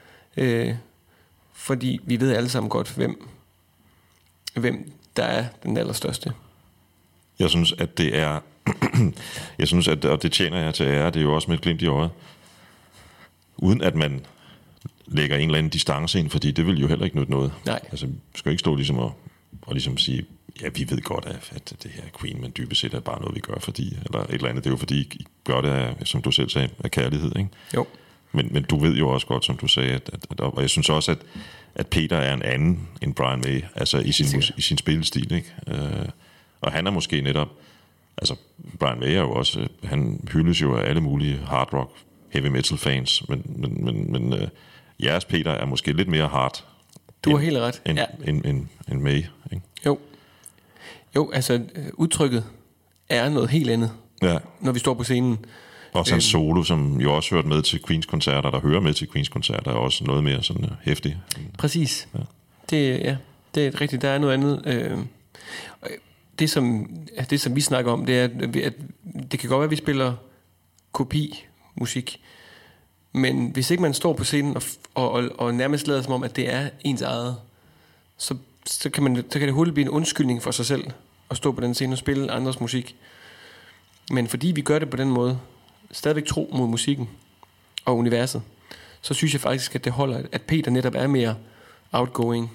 fordi vi ved alle sammen godt, hvem der er den allerstørste. Jeg synes, at det er... og det tjener jeg til ære, det er jo også med et glimt i øjet. Uden at man lægger en eller anden distance ind, fordi det vil jo heller ikke nytte noget. Nej. Altså, skal ikke stå ligesom og ligesom sige, ja, vi ved godt, at det her er Queen, men dybest set er bare noget, vi gør, fordi, eller et eller andet, det er jo fordi, I gør det af, som du selv sagde, af kærlighed, ikke? Jo. Men du ved jo også godt, som du sagde, og jeg synes også, at Peter er en anden end Brian May, altså i sin spillestil, ikke? Og han er måske netop, altså Brian May er jo også, han hyldes jo af alle mulige hard rock, heavy metal fans, men jeres Peter er måske lidt mere hard. Du har helt ret. End May, ikke? Jo, altså udtrykket er noget helt andet, når vi står på scenen. Også hans solo, som jo også hørte med til Queens koncerter, der hører med til Queens koncerter, er også noget mere sådan hæftig. Præcis. Ja. Det er rigtigt. Der er noget andet. Det som vi snakker om, det er, at det kan godt være, at vi spiller kopi-musik, men hvis ikke man står på scenen og nærmest lader som om, at det er ens eget, så kan det hurtigt blive en undskyldning for sig selv at stå på den scene og spille andres musik. Men fordi vi gør det på den måde, stadigvæk tro mod musikken og universet, så synes jeg faktisk, at det holder, at Peter netop er mere outgoing.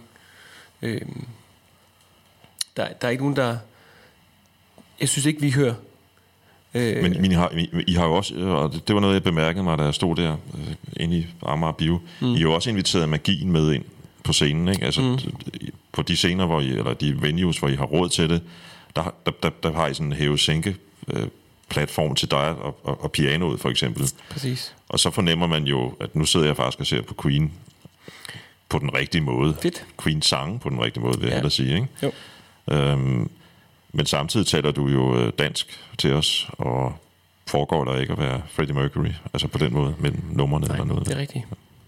Der er ikke nogen, der... Jeg synes ikke, vi hører... Men I har jo også, og det var noget, jeg bemærkede mig, da jeg stod der inde i Amager Bio. I har jo også inviteret magien med ind på scenen, ikke? Altså på de scener, hvor I, eller de venues, hvor I har råd til det, der har I sådan en hæve-sænke platform til dig og pianoet for eksempel. Præcis. Og så fornemmer man jo, at nu sidder jeg faktisk og ser på Queen på den rigtige måde. Fedt. Queen sange på den rigtige måde, vil jeg hellere sige, ikke? Jo. Men samtidig taler du jo dansk til os, og foregår der ikke at være Freddie Mercury, altså på den måde, mellem numrene eller noget. Det er rigtigt.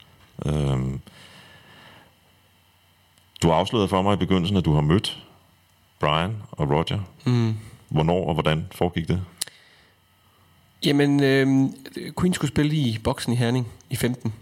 Du afslørede for mig i begyndelsen, at du har mødt Brian og Roger. Hvornår og hvordan foregik det? Jamen, Queen skulle spille i Boksen i Herning i 15.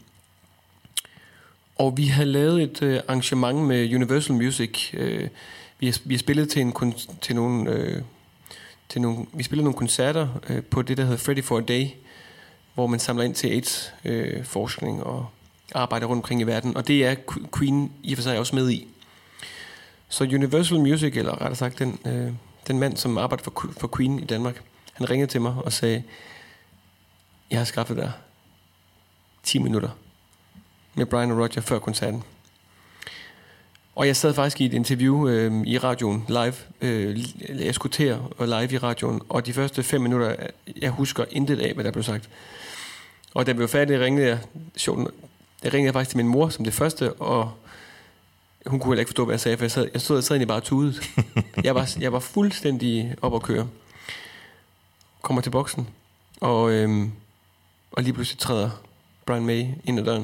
Og vi havde lavet et arrangement med Universal Music. Vi har spillet til nogle koncerter på det, der hedder Freddy for a Day, hvor man samler ind til AIDS-forskning og arbejder rundt omkring i verden. Og det er Queen i og for sig også med i. Så Universal Music, eller rettere sagt den mand, som arbejder for Queen i Danmark, han ringede til mig og sagde, jeg har skaffet dig 10 minutter med Brian og Roger før koncerten. Og jeg sad faktisk i et interview i radioen live, jeg skulle til at live i radioen, og de første 5 minutter, jeg husker intet af, hvad der blev sagt. Og da vi var færdige, ringede jeg faktisk til min mor som det første, og hun kunne heller ikke forstå, hvad jeg sagde, for jeg sad egentlig bare tudet. Jeg var fuldstændig op at køre. Kommer til boksen, og lige pludselig træder Brian May ind ad døren.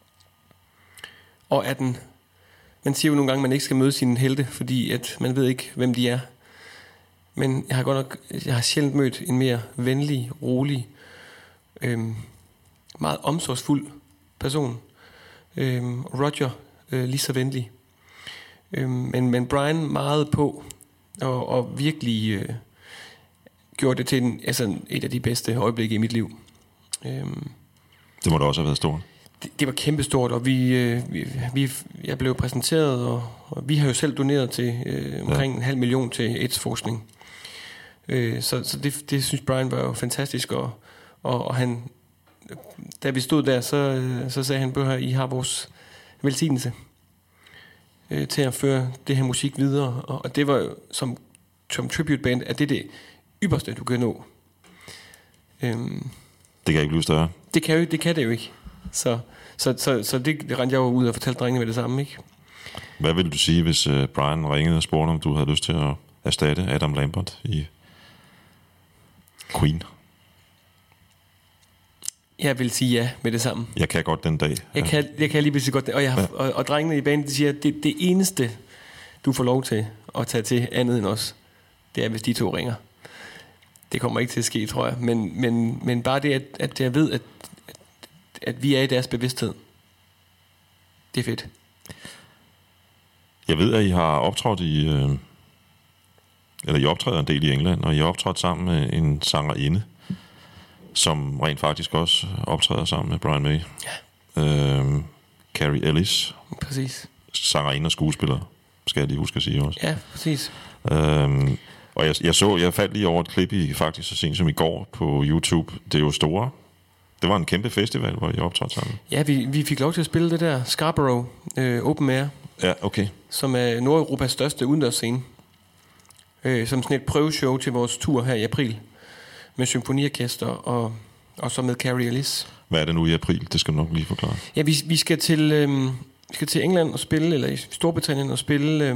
Og man siger jo nogle gange, at man ikke skal møde sine helte, fordi at man ved ikke, hvem de er. Men jeg har sjældent mødt en mere venlig, rolig, meget omsorgsfuld person. Roger lige så venlig. Men Brian meget på, og virkelig gjorde det til et af de bedste øjeblikke i mit liv. Det må da også have været stort. Det var kæmpestort, og jeg blev præsenteret, og vi har jo selv doneret til omkring 500.000 til AIDS-forskning. Så det synes Brian var jo fantastisk, og han, da vi stod der, så sagde han, I har vores velsignelse til at føre det her musik videre, og det var jo som tribute band, at det er det ypperste, du kan nå. Det kan ikke blive større. Det kan det jo ikke. Så det rendte jeg jo ud og fortalte drengene med det samme, ikke? Hvad ville du sige, hvis Brian ringede og spurgte, om du havde lyst til at erstatte Adam Lambert i Queen? Jeg vil sige ja med det samme. Jeg kan godt den dag. Jeg kan lige pludselig godt det. Og drengene i banen, de siger, at det eneste, du får lov til at tage til andet end os, det er, hvis de to ringer. Det kommer ikke til at ske, tror jeg. Men bare det, at jeg ved, at vi er i deres bevidsthed. Det er fedt. Jeg ved, at I har optrådt I optræder en del i England, og I har optrådt sammen med en sangerinde, som rent faktisk også optræder sammen med Brian May. Ja. Carrie Ellis. Præcis. Sangerinde og skuespiller, skal jeg lige huske at sige også. Ja, præcis. Og jeg faldt lige over et klip i faktisk så sent som i går på YouTube. Det er jo store. Det var en kæmpe festival, hvor I optrådte sammen. Ja, vi fik lov til at spille det der Scarborough Open Air. Ja, okay. Som er Nordeuropas største udendørsscene. Som sådan et prøveshow til vores tur her i april. Med symfoniorkester og så med Carrie Ellis. Hvad er det nu i april? Det skal du nok lige forklare. Ja, vi skal til England og spille, eller i Storbritannien og spille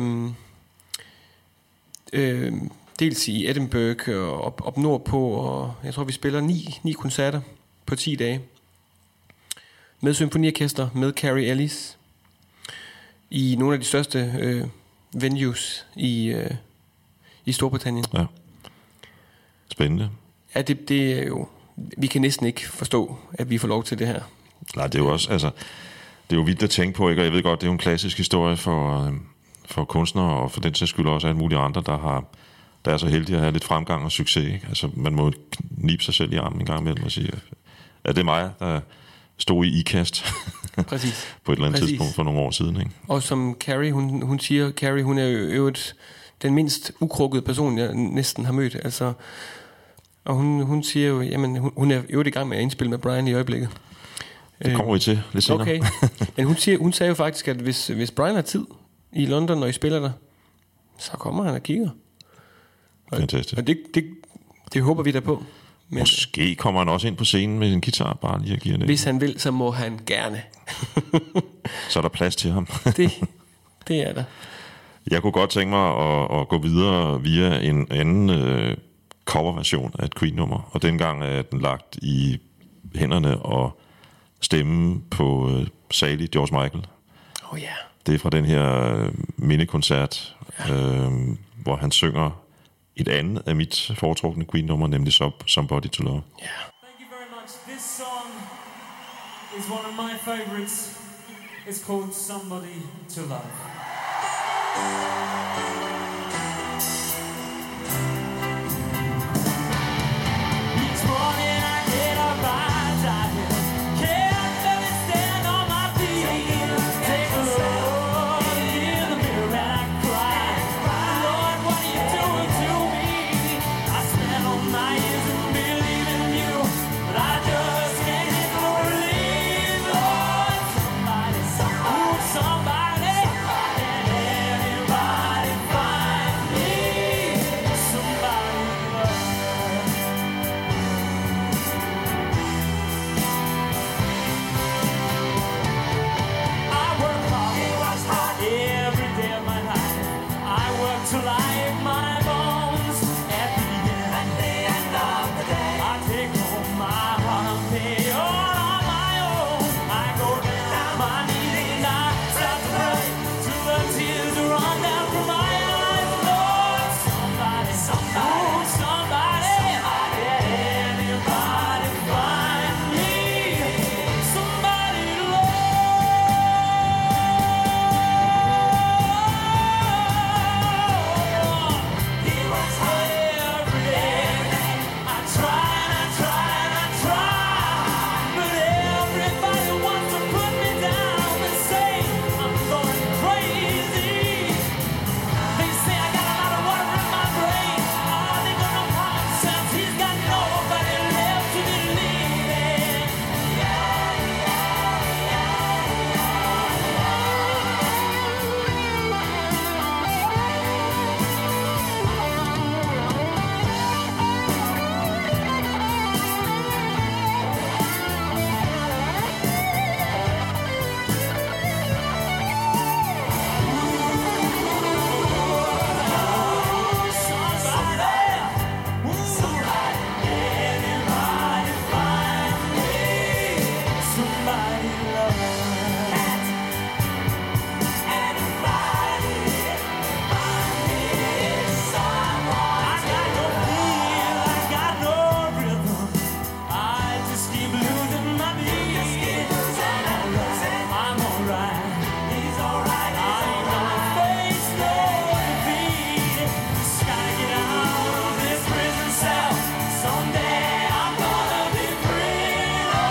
dels i Edinburgh og op nordpå, og jeg tror vi spiller 9 koncerter på 10 dage. Med symfoniorkester, med Carrie Ellis. I nogle af de største venues i Storbritannien. Ja. Spændende. Ja, det er jo... Vi kan næsten ikke forstå, at vi får lov til det her. Nej, det er jo også... Altså, det er jo vildt at tænke på, ikke? Og jeg ved godt, det er jo en klassisk historie for kunstnere, og for den sags skyld også alle mulige andre, der er så heldige at have lidt fremgang og succes, ikke? Altså, man må knibe sig selv i armen en gang imellem og sige, at det er mig, stod i ikast Præcis. på et eller andet tidspunkt for nogle år siden. Ikke? Og som Carrie, hun siger, Carrie, hun er jo den mindst ukrukkede person, jeg næsten har mødt. Altså, og hun siger jo, jamen hun er jo i gang med at indspille med Brian i øjeblikket. Det kommer vi til lidt senere. Okay. Men hun sagde jo faktisk, at hvis Brian har tid i London, når I spiller der, så kommer han og kigger. Fantastisk. Og det håber vi da på. Men måske kommer han også ind på scenen med en guitar, bare lige at give det. Hvis han vil, så må han gerne. Så er der plads til ham. det er der. Jeg kunne godt tænke mig at gå videre via en anden coverversion af et Queen-nummer, og dengang er den lagt i hænderne og stemmen på salig George Michael. Oh yeah. Det er fra den her mindekoncert, hvor han synger et andet af mit foretrukne Queen-nummer, nemlig Somebody to Love. Yeah. Thank you very much. This song is one of my favorites. It's called Somebody to Love. Each morning I get up, I dive. Can't let it stand on my feet. Take a look in the mirror and I cry. Lord, what are you doing to me? I spent all my years in believing you, but I just can't get no relief. Lord, somebody, can anybody find me? Somebody love. I work hard, every day of my life. I work till I ache my bones. At the end of the day, I take home my heart and pay all on my own. I go down my knees and I start to pray till the tears run down from my eyes. Lord, somebody, can anybody find me? Somebody love. He was every day. I try and I try and I try, but everybody wants to put me down and say I'm going crazy. They say I got a lot of water in my brain. Oh, they got no common sense. He's got nobody left to believe in. Somebody, anybody find me? Somebody love. Anybody find me? Someone. I got no feel, I got no rhythm. I just keep losing my beat. I'm alright. He's alright. I'm gonna face no defeat. Just gotta get out of this prison cell. Someday I'm gonna be free.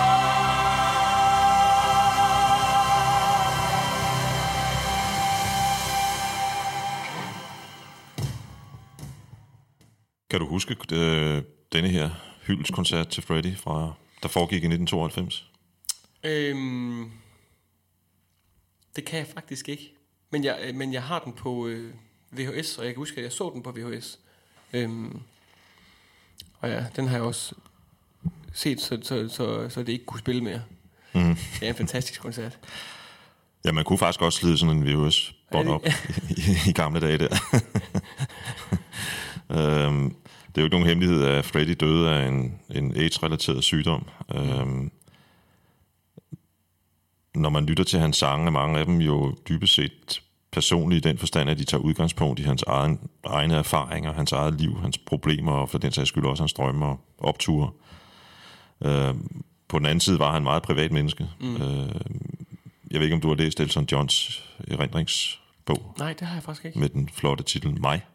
Kan du huske denne her hyldestkoncert til Freddie, der foregik i 1992? Det kan jeg faktisk ikke. Men jeg har den på VHS, og jeg kan huske, at jeg så den på VHS. Og ja, den har jeg også set, så det ikke kunne spille mere. Mm. Det er en fantastisk koncert. Ja, man kunne faktisk også slide sådan en VHS-bånd op i gamle dage der. Det er jo ikke nogen hemmelighed, at Freddie døde af en AIDS-relateret sygdom. Når man lytter til hans sange, er mange af dem jo dybest set personlige i den forstand, at de tager udgangspunkt i hans egne erfaringer, hans eget liv, hans problemer, og for den sags skyld også hans drømme og opture. På den anden side var han en meget privat menneske. Jeg ved ikke, om du har læst Elton Johns erindringsbog. Nej, det har jeg faktisk ikke. Med den flotte titel Mig.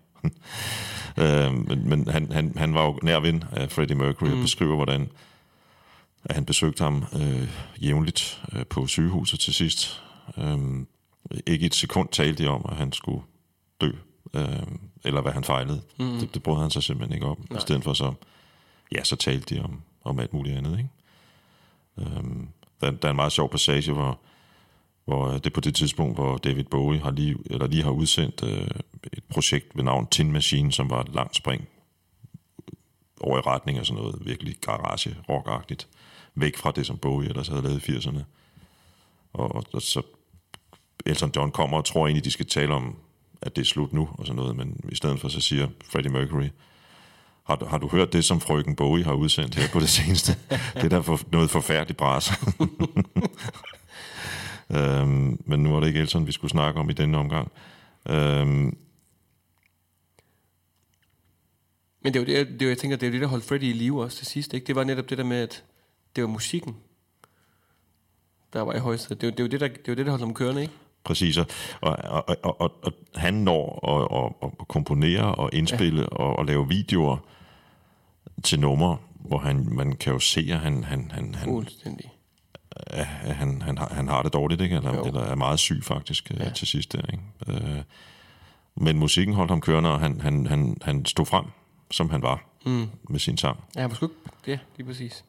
Men han var jo nær ven af Freddie Mercury og beskriver, hvordan at han besøgte ham jævnligt på sygehuset til sidst. Ikke et sekund talte de om, at han skulle dø, eller hvad han fejlede. Det brød han sig simpelthen ikke om. I stedet for så talte de om alt muligt andet. Ikke? Der er en meget sjov passage, hvor det er på det tidspunkt, hvor David Bowie lige har udsendt et projekt ved navn Tin Machine, som var et langt spring over i retning af sådan noget virkelig garage-rock-agtigt, væk fra det, som Bowie ellers havde lavet i 80'erne. Og så Elton John kommer og tror egentlig, de skal tale om, at det er slut nu, og sådan noget, men i stedet for så siger Freddie Mercury, har du hørt det, som frøken Bowie har udsendt her på det seneste? Det er der noget forfærdeligt bras. Men nu er det ikke Elton, vi skulle snakke om i denne omgang. Men det er jo, jeg tænker, det er jo det, der holdt Freddie i live også til sidst, ikke? Det var netop det der med, at det var musikken, der var i højeste. Det var det, der holdt ham kørende, ikke? Præcis, og han når at komponere og indspille og lave videoer til numre, hvor man kan jo se, at han har det dårligt, ikke? Eller er meget syg faktisk til sidst der, ikke? Men musikken holdt ham kørende, og han stod frem, som han var med sin sang. Ja, han var sgu ikke. Ja, lige præcis.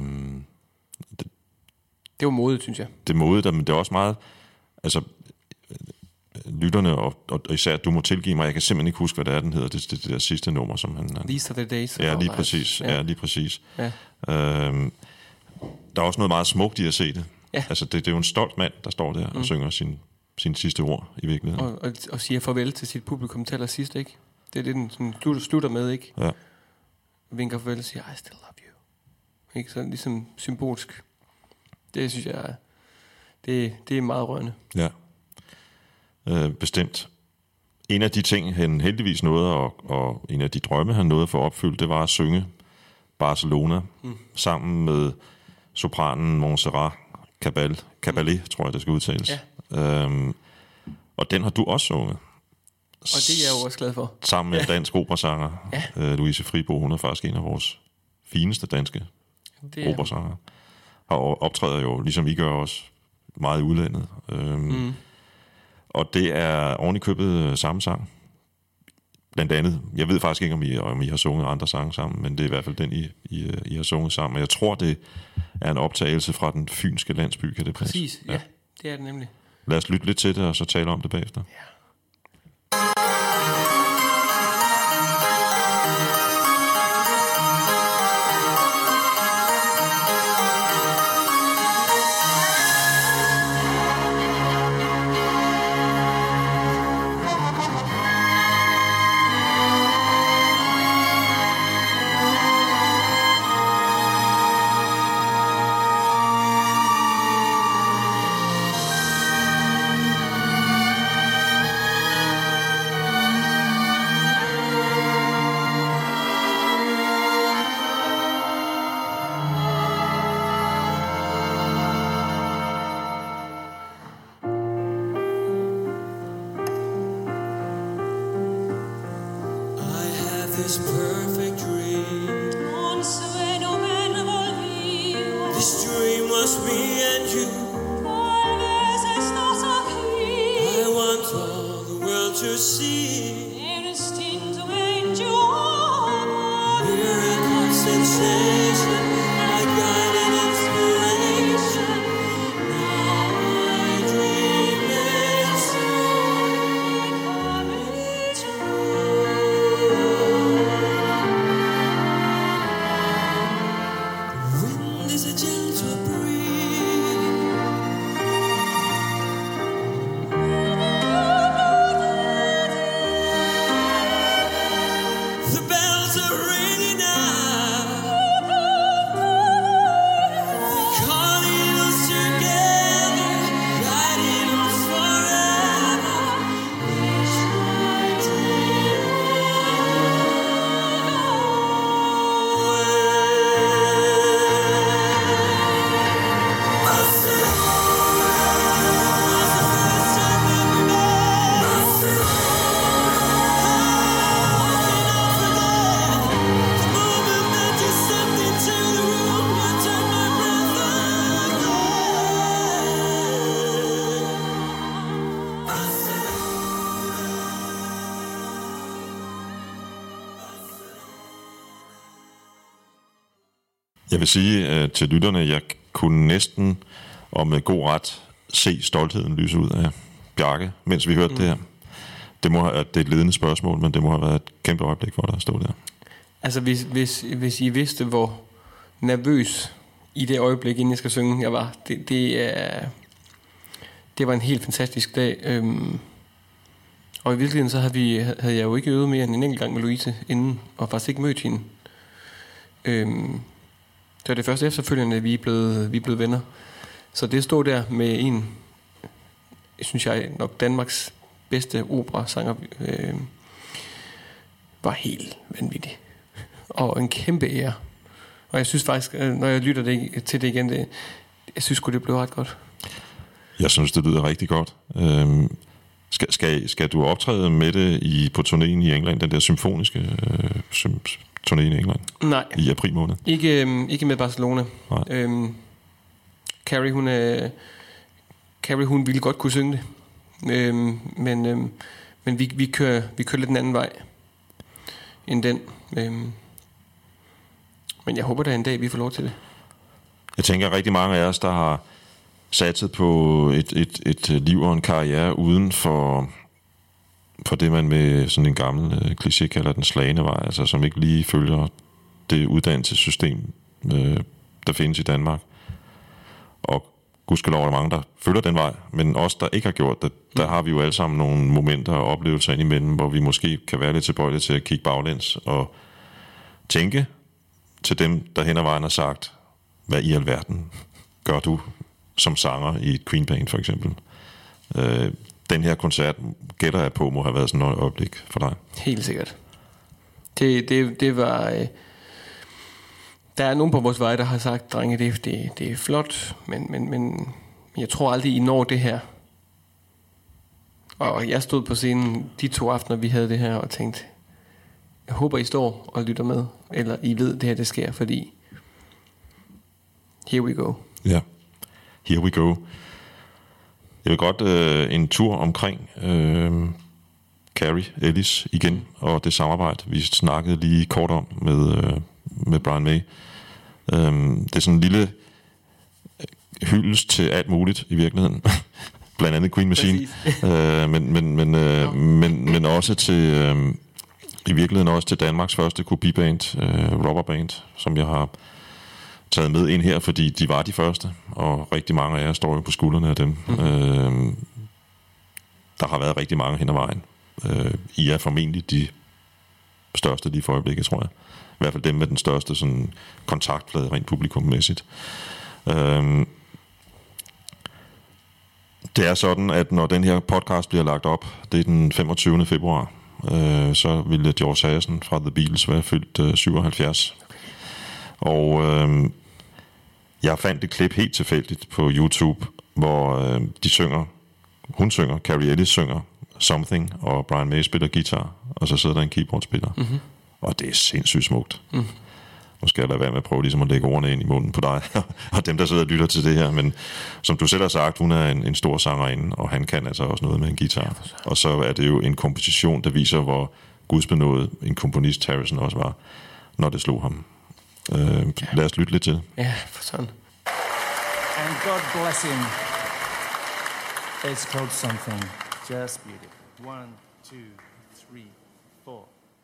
Det var modet, synes jeg. Det er modet, men det er også meget, altså lytterne, og især du må tilgive mig, jeg kan simpelthen ikke huske, hvad det er, den hedder, det der sidste nummer, som han... These are the days. Ja, lige præcis. Ja, lige præcis. Ja. Der er også noget meget smukt i at se det. Ja. Altså, det er jo en stolt mand, der står der og synger sin sidste ord i virkeligheden. Og siger farvel til sit publikum til allersidst, ikke? Det er det, den sådan slutter med, ikke? Ja. Vinker farvel og siger, I still love you. Ikke? Så ligesom symbolsk. Det synes jeg, det er meget rørende. Ja. Bestemt. En af de ting, han heldigvis nåede, og en af de drømme, han nåede at få opfyldt, det var at Barcelona sammen med sopranen Montserrat Caballé, tror jeg, det skal udtales. Ja. Og den har du også sunget. Og det er jeg jo også glad for. Sammen med dansk operasanger. Ja. Louise Fribo, hun er faktisk en af vores fineste danske operasanger. Og optræder jo, ligesom I gør også, meget i udlandet. Og det er oven i købet samme sang. Blandt andet. Jeg ved faktisk ikke, om I har sunget andre sange sammen, men det er i hvert fald den, I har sunget sammen. Og jeg tror, det er en optagelse fra den fynske landsby, kan det passe? Præcis, ja. Det er det nemlig. Lad os lytte lidt til det, og så tale om det bagefter. Ja. this perfect dream. This dream was me and you. I want all the world to see. Miracle sensation, my guiding inspiration. Now I dream it's coming true. Wind is a gentle breeze. Jeg vil sige til lytterne, jeg kunne næsten og med god ret se stoltheden lyse ud af Bjarke, mens vi hørte det her. Det er et ledende spørgsmål, men det må have været et kæmpe øjeblik for dig at stå der. Altså hvis I vidste, hvor nervøs i det øjeblik, inden jeg skal synge, jeg var, det var en helt fantastisk dag. Og i virkeligheden så havde jeg jo ikke øvet mere end en enkelt gang med Louise inden, og faktisk ikke mødt hende. Det var det første efterfølgende, at vi er blevet venner. Så det stod der med en, synes jeg nok Danmarks bedste operasanger, var helt vanvittig. Og en kæmpe ære. Og jeg synes faktisk, når jeg lytter til det igen, jeg synes det blev ret godt. Jeg synes, det lyder rigtig godt. Skal du optræde med det på turnéen i England, den der symfoniske turné i England? Nej. I april måned? Ikke med Barcelona. Carrie, hun ville godt kunne synge det. Men vi kører lidt en anden vej end den. Men jeg håber, der en dag, vi får lov til det. Jeg tænker, rigtig mange af os, der har satset på et liv og en karriere uden for det, man med sådan en gammel kliché kalder den slagne vej, altså som ikke lige følger det uddannelsessystem, der findes i Danmark. Og gudskelov er der mange, der følger den vej, men os, der ikke har gjort det, der har vi jo alle sammen nogle momenter og oplevelser indimellem, hvor vi måske kan være lidt tilbøjelige til at kigge baglæns og tænke til dem, der hen ad vejen har sagt, hvad i alverden gør du som sanger i et Queen Band for eksempel. Den her koncert, gætter jeg på, må have været sådan et øjeblik for dig. Helt sikkert. Det var... Der er nogen på vores vej, der har sagt, drenge, det er flot, men jeg tror aldrig, I når det her. Og jeg stod på scenen de 2 aftener, vi havde det her, og tænkte, jeg håber, I står og lytter med, eller I ved, det her det sker, fordi here we go. Ja, here we go. Jeg vil godt en tur omkring Carrie Ellis igen, og det samarbejde, vi snakkede lige kort om med Brian May. Det er sådan en lille hyldest til alt muligt i virkeligheden. Blandt andet Queen Machine. Men også til i virkeligheden også til Danmarks første kopiband, Rubber Band, som jeg har taget med ind her, fordi de var de første, og rigtig mange af jer står jo på skuldrene af dem. Der har været rigtig mange hen ad vejen. I er formentlig de største lige for øjeblikket, tror jeg. I hvert fald dem med den største sådan, kontaktflade rent publikummæssigt. Det er sådan, at når den her podcast bliver lagt op, det er den 25. februar, så ville George Harrison fra The Beatles være fyldt 77. Og jeg fandt et klip helt tilfældigt på YouTube, hvor hun synger, Carrie Ellis synger Something, og Brian May spiller guitar, og så sidder der en keyboardspiller. Mm-hmm. Og det er sindssygt smukt. Mm. Nu skal jeg lade være med at prøve ligesom at lægge ordene ind i munden på dig, og dem, der sidder og lytter til det her. Men som du selv har sagt, hun er en stor sangerinde, og han kan altså også noget med en guitar. Og så er det jo en komposition, der viser, hvor gudsbenået en komponist Harrison også var, når det slog ham. Lad os lytte lidt til. Ja, for sådan. And God bless him. It's called Something. Just beautiful. 1, 2, 3, 4.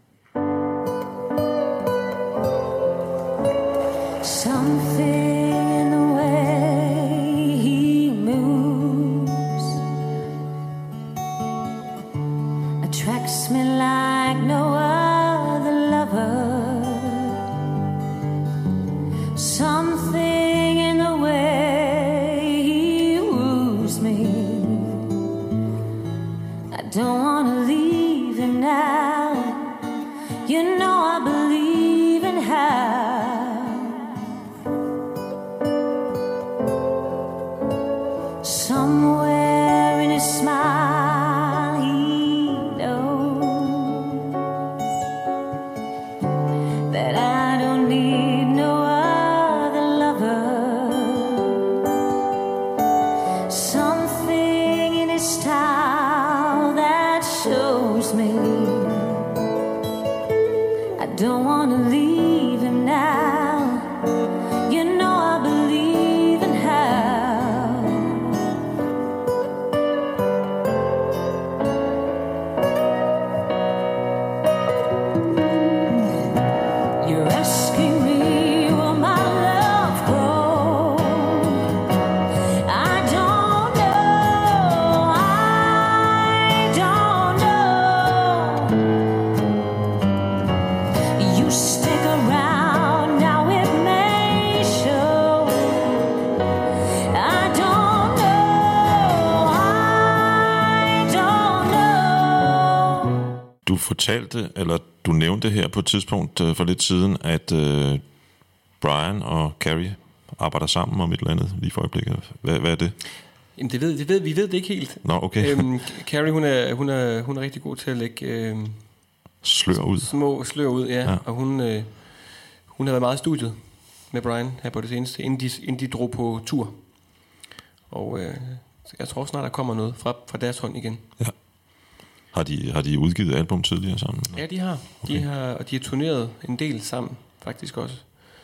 Something in the way he moves attracts me like no other lover. Something in the way he woos me. I don't want to leave him now. You know I believe in how. Somewhere in his smile he knows that I don't need no other lover. Something in his style that shows me I don't want to leave him now. fortalte, eller du nævnte her på et tidspunkt for lidt siden, at Brian og Carrie arbejder sammen om et eller andet lige for øjeblikket. Hvad er det? Jamen vi ved det ikke helt. Nå, okay. Carrie, hun er rigtig god til at lægge slør ud. Små slør ud, ja. Og hun har været meget i studiet med Brian her på det seneste, inden de drog på tur. Og jeg tror snart, der kommer noget fra deres hånd igen. Ja. Har de udgivet album tidligere sammen? Ja, de har. Okay. De har turneret en del sammen, faktisk også.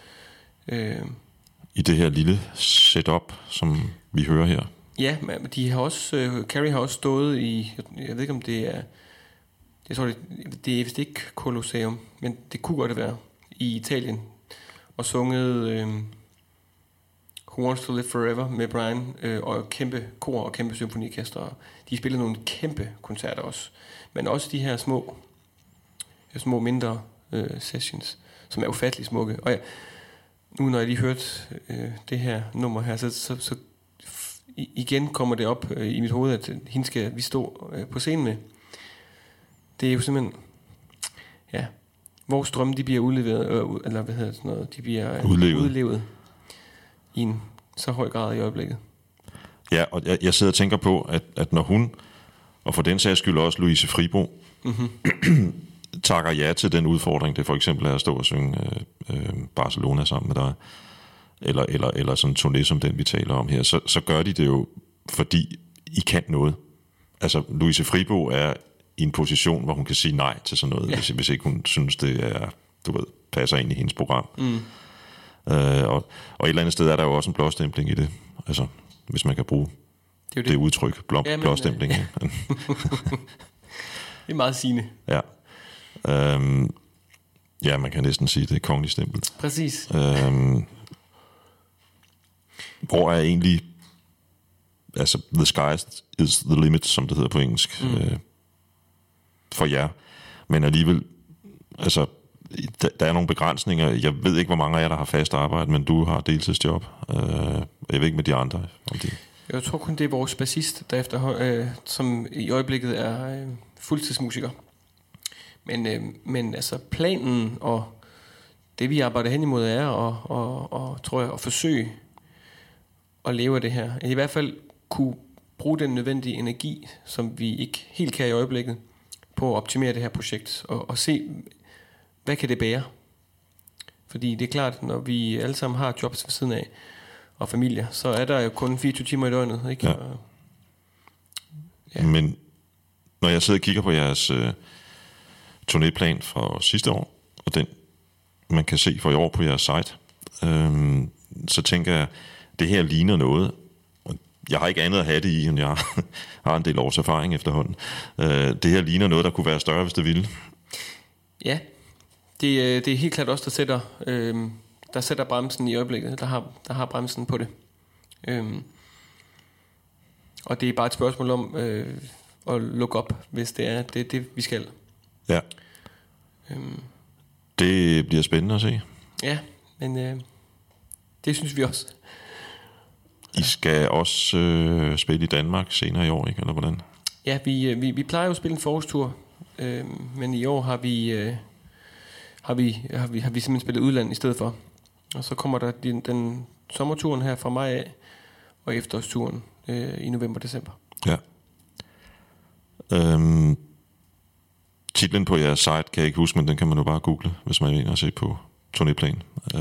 I det her lille setup, som vi hører her. Ja, men de har også, Carrie har også stået i, jeg ved ikke om det er, jeg tror det er vist ikke Colosseum, men det kunne godt være, i Italien, og sunget Who Wants to Live Forever med Brian, og kæmpe kor og kæmpe symfoniorkester. De spillede nogle kæmpe koncerter også, men også de her små mindre sessions, som er ufattelig smukke. Og nu når jeg lige hørte det her nummer her, så igen kommer det op i mit hoved, at hende skal vi stå på scenen med. Det er jo simpelthen, ja, vores drømme, de bliver udleveret, eller hvad hedder det, sådan noget, de bliver udlevet i en så høj grad i øjeblikket. Ja, og jeg sidder og tænker på, at når hun, og for den sags skyld også Louise Fribo, takker ja til den udfordring, det for eksempel er at stå og synge Barcelona sammen med dig, eller sådan en turné som den, vi taler om her, så gør de det jo, fordi I kan noget. Altså, Louise Fribo er i en position, hvor hun kan sige nej til sådan noget, hvis ikke hun synes, det er, passer ind i hendes program. Og et eller andet sted er der jo også en blåstempling i det, altså, hvis man kan bruge det udtryk, blåstempling. Det er meget sigende. Ja. Ja, man kan næsten sige, det er kongelig stempel. Præcis. Hvor er egentlig, altså, the sky is the limit, som det hedder på engelsk, for jer. Men alligevel, altså, der er nogle begrænsninger. Jeg ved ikke, hvor mange af jer, der har fast arbejde, men du har deltidsjob. Jeg ved ikke med de andre, om de... Jeg tror kun, det er vores bassist, der som i øjeblikket er fuldtidsmusiker. Men altså planen og det vi arbejder hen imod er og tror jeg at forsøge at leve af det her. I hvert fald kunne bruge den nødvendige energi, som vi ikke helt kan i øjeblikket, på at optimere det her projekt og se, hvad kan det bære. Fordi det er klart, når vi alle sammen har jobs ved siden af og familier, så er der jo kun 24 timer i døgnet, ikke? Ja. Ja. Men når jeg sidder og kigger på jeres turnéplan fra sidste år, og den man kan se for i år på jeres site, så tænker jeg, det her ligner noget. Jeg har ikke andet at have det i, end jeg har en del års erfaring efterhånden. Det her ligner noget, der kunne være større, hvis det ville. Ja, det er helt klart også, der sætter bremsen i øjeblikket. Der har bremsen på det. Og det er bare et spørgsmål om at lukke op, hvis det er det vi skal. Ja. Det bliver spændende at se. Ja, men det synes vi også. I skal også spille i Danmark senere i år, ikke? Eller hvordan? Ja, vi plejer jo at spille en forårstur, men i år har vi simpelthen spillet udland i stedet for. Og så kommer der den sommerturen her fra maj af, og efterårsturen i november-december. Ja. Titlen på jeres site kan jeg ikke huske, men den kan man jo bare google, hvis man vil ind og se på turnéplan.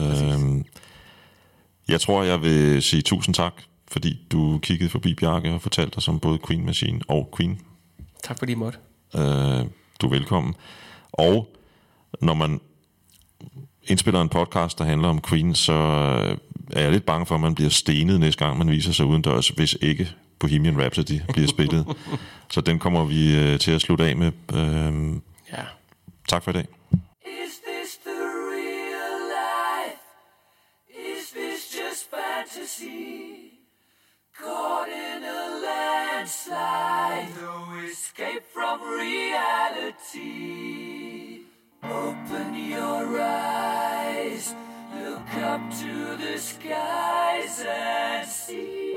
Jeg tror, jeg vil sige tusind tak, fordi du kiggede forbi, Bjarke, og fortalte os om både Queen Machine og Queen. Tak fordi I måtte. Du er velkommen. Og når man indspiller en podcast, der handler om Queen, så er jeg lidt bange for, at man bliver stenet næste gang, man viser sig udendørs, hvis ikke Bohemian Rhapsody bliver spillet. Så den kommer vi til at slutte af med. Ja. Tak for i dag. Is this the real life? Is this just fantasy? Caught in a landslide, no escape from reality. Open your eyes, look up to the skies and see.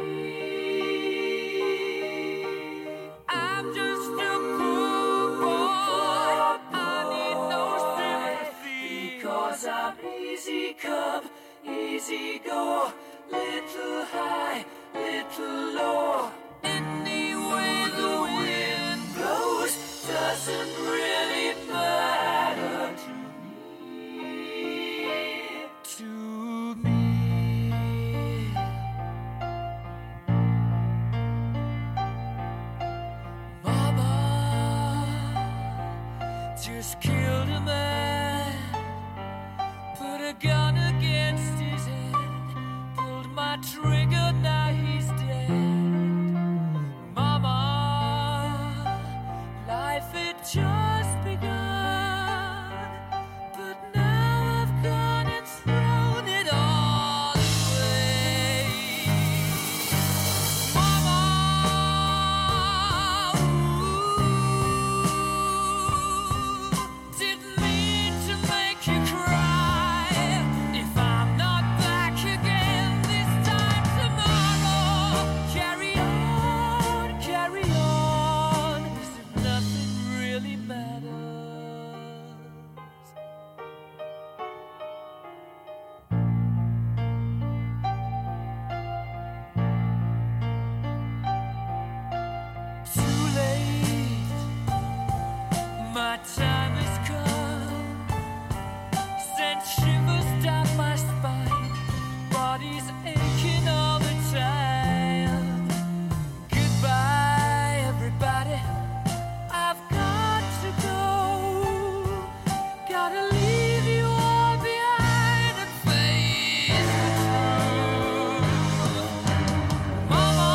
I'm just a poor boy. just killed a man, put a gun against his head, pulled my trigger, now he's dead. Mama, life had just begun, but now I've gone and thrown it all away. Mama, didn't mean to make you cry. If I'm not back again this time tomorrow, carry on, as if nothing really matters. Too late, my time has come. Sent shivers down my spine, body's aching all the time. Goodbye, everybody, I've got to go. Gotta leave you all behind and face the truth. Mama,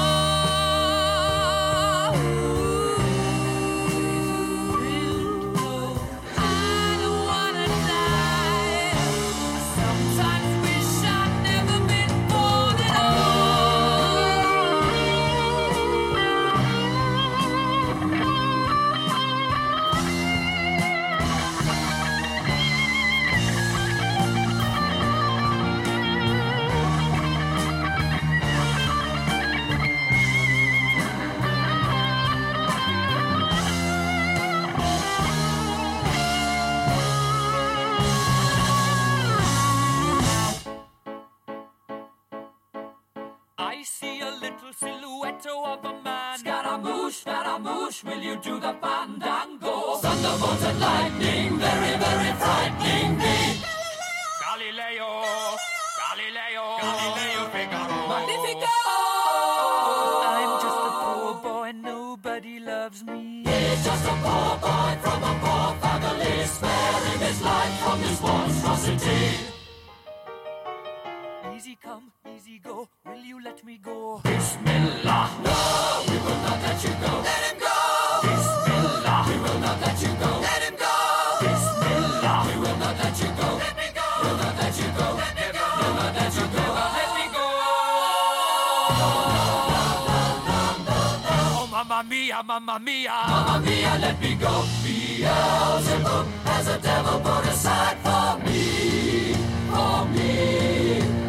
I don't wanna die. I sometimes wish I'd never been born at all. I see a little silhouette of a man. Scaramouche, will you do the fandango? Thunderbolts and lightning, very, very frightening me. Galileo, Figaro. Magnifico! I'm just a poor boy, nobody loves me. He's just a poor boy from a poor family, sparing his life from this monstrosity. Easy come, easy go, will you let me go? Bismillah, no, we will not let you go. Let him go! Bismillah, we will not let you go. Let him go! Bismillah, we will not let you go. Let me go! We'll not let you go. Let me go! We'll not let you go. Let me go! Oh, mamma mia, mamma mia. Mamma mia, let me go. Beelzebub has a devil put aside for me, for me.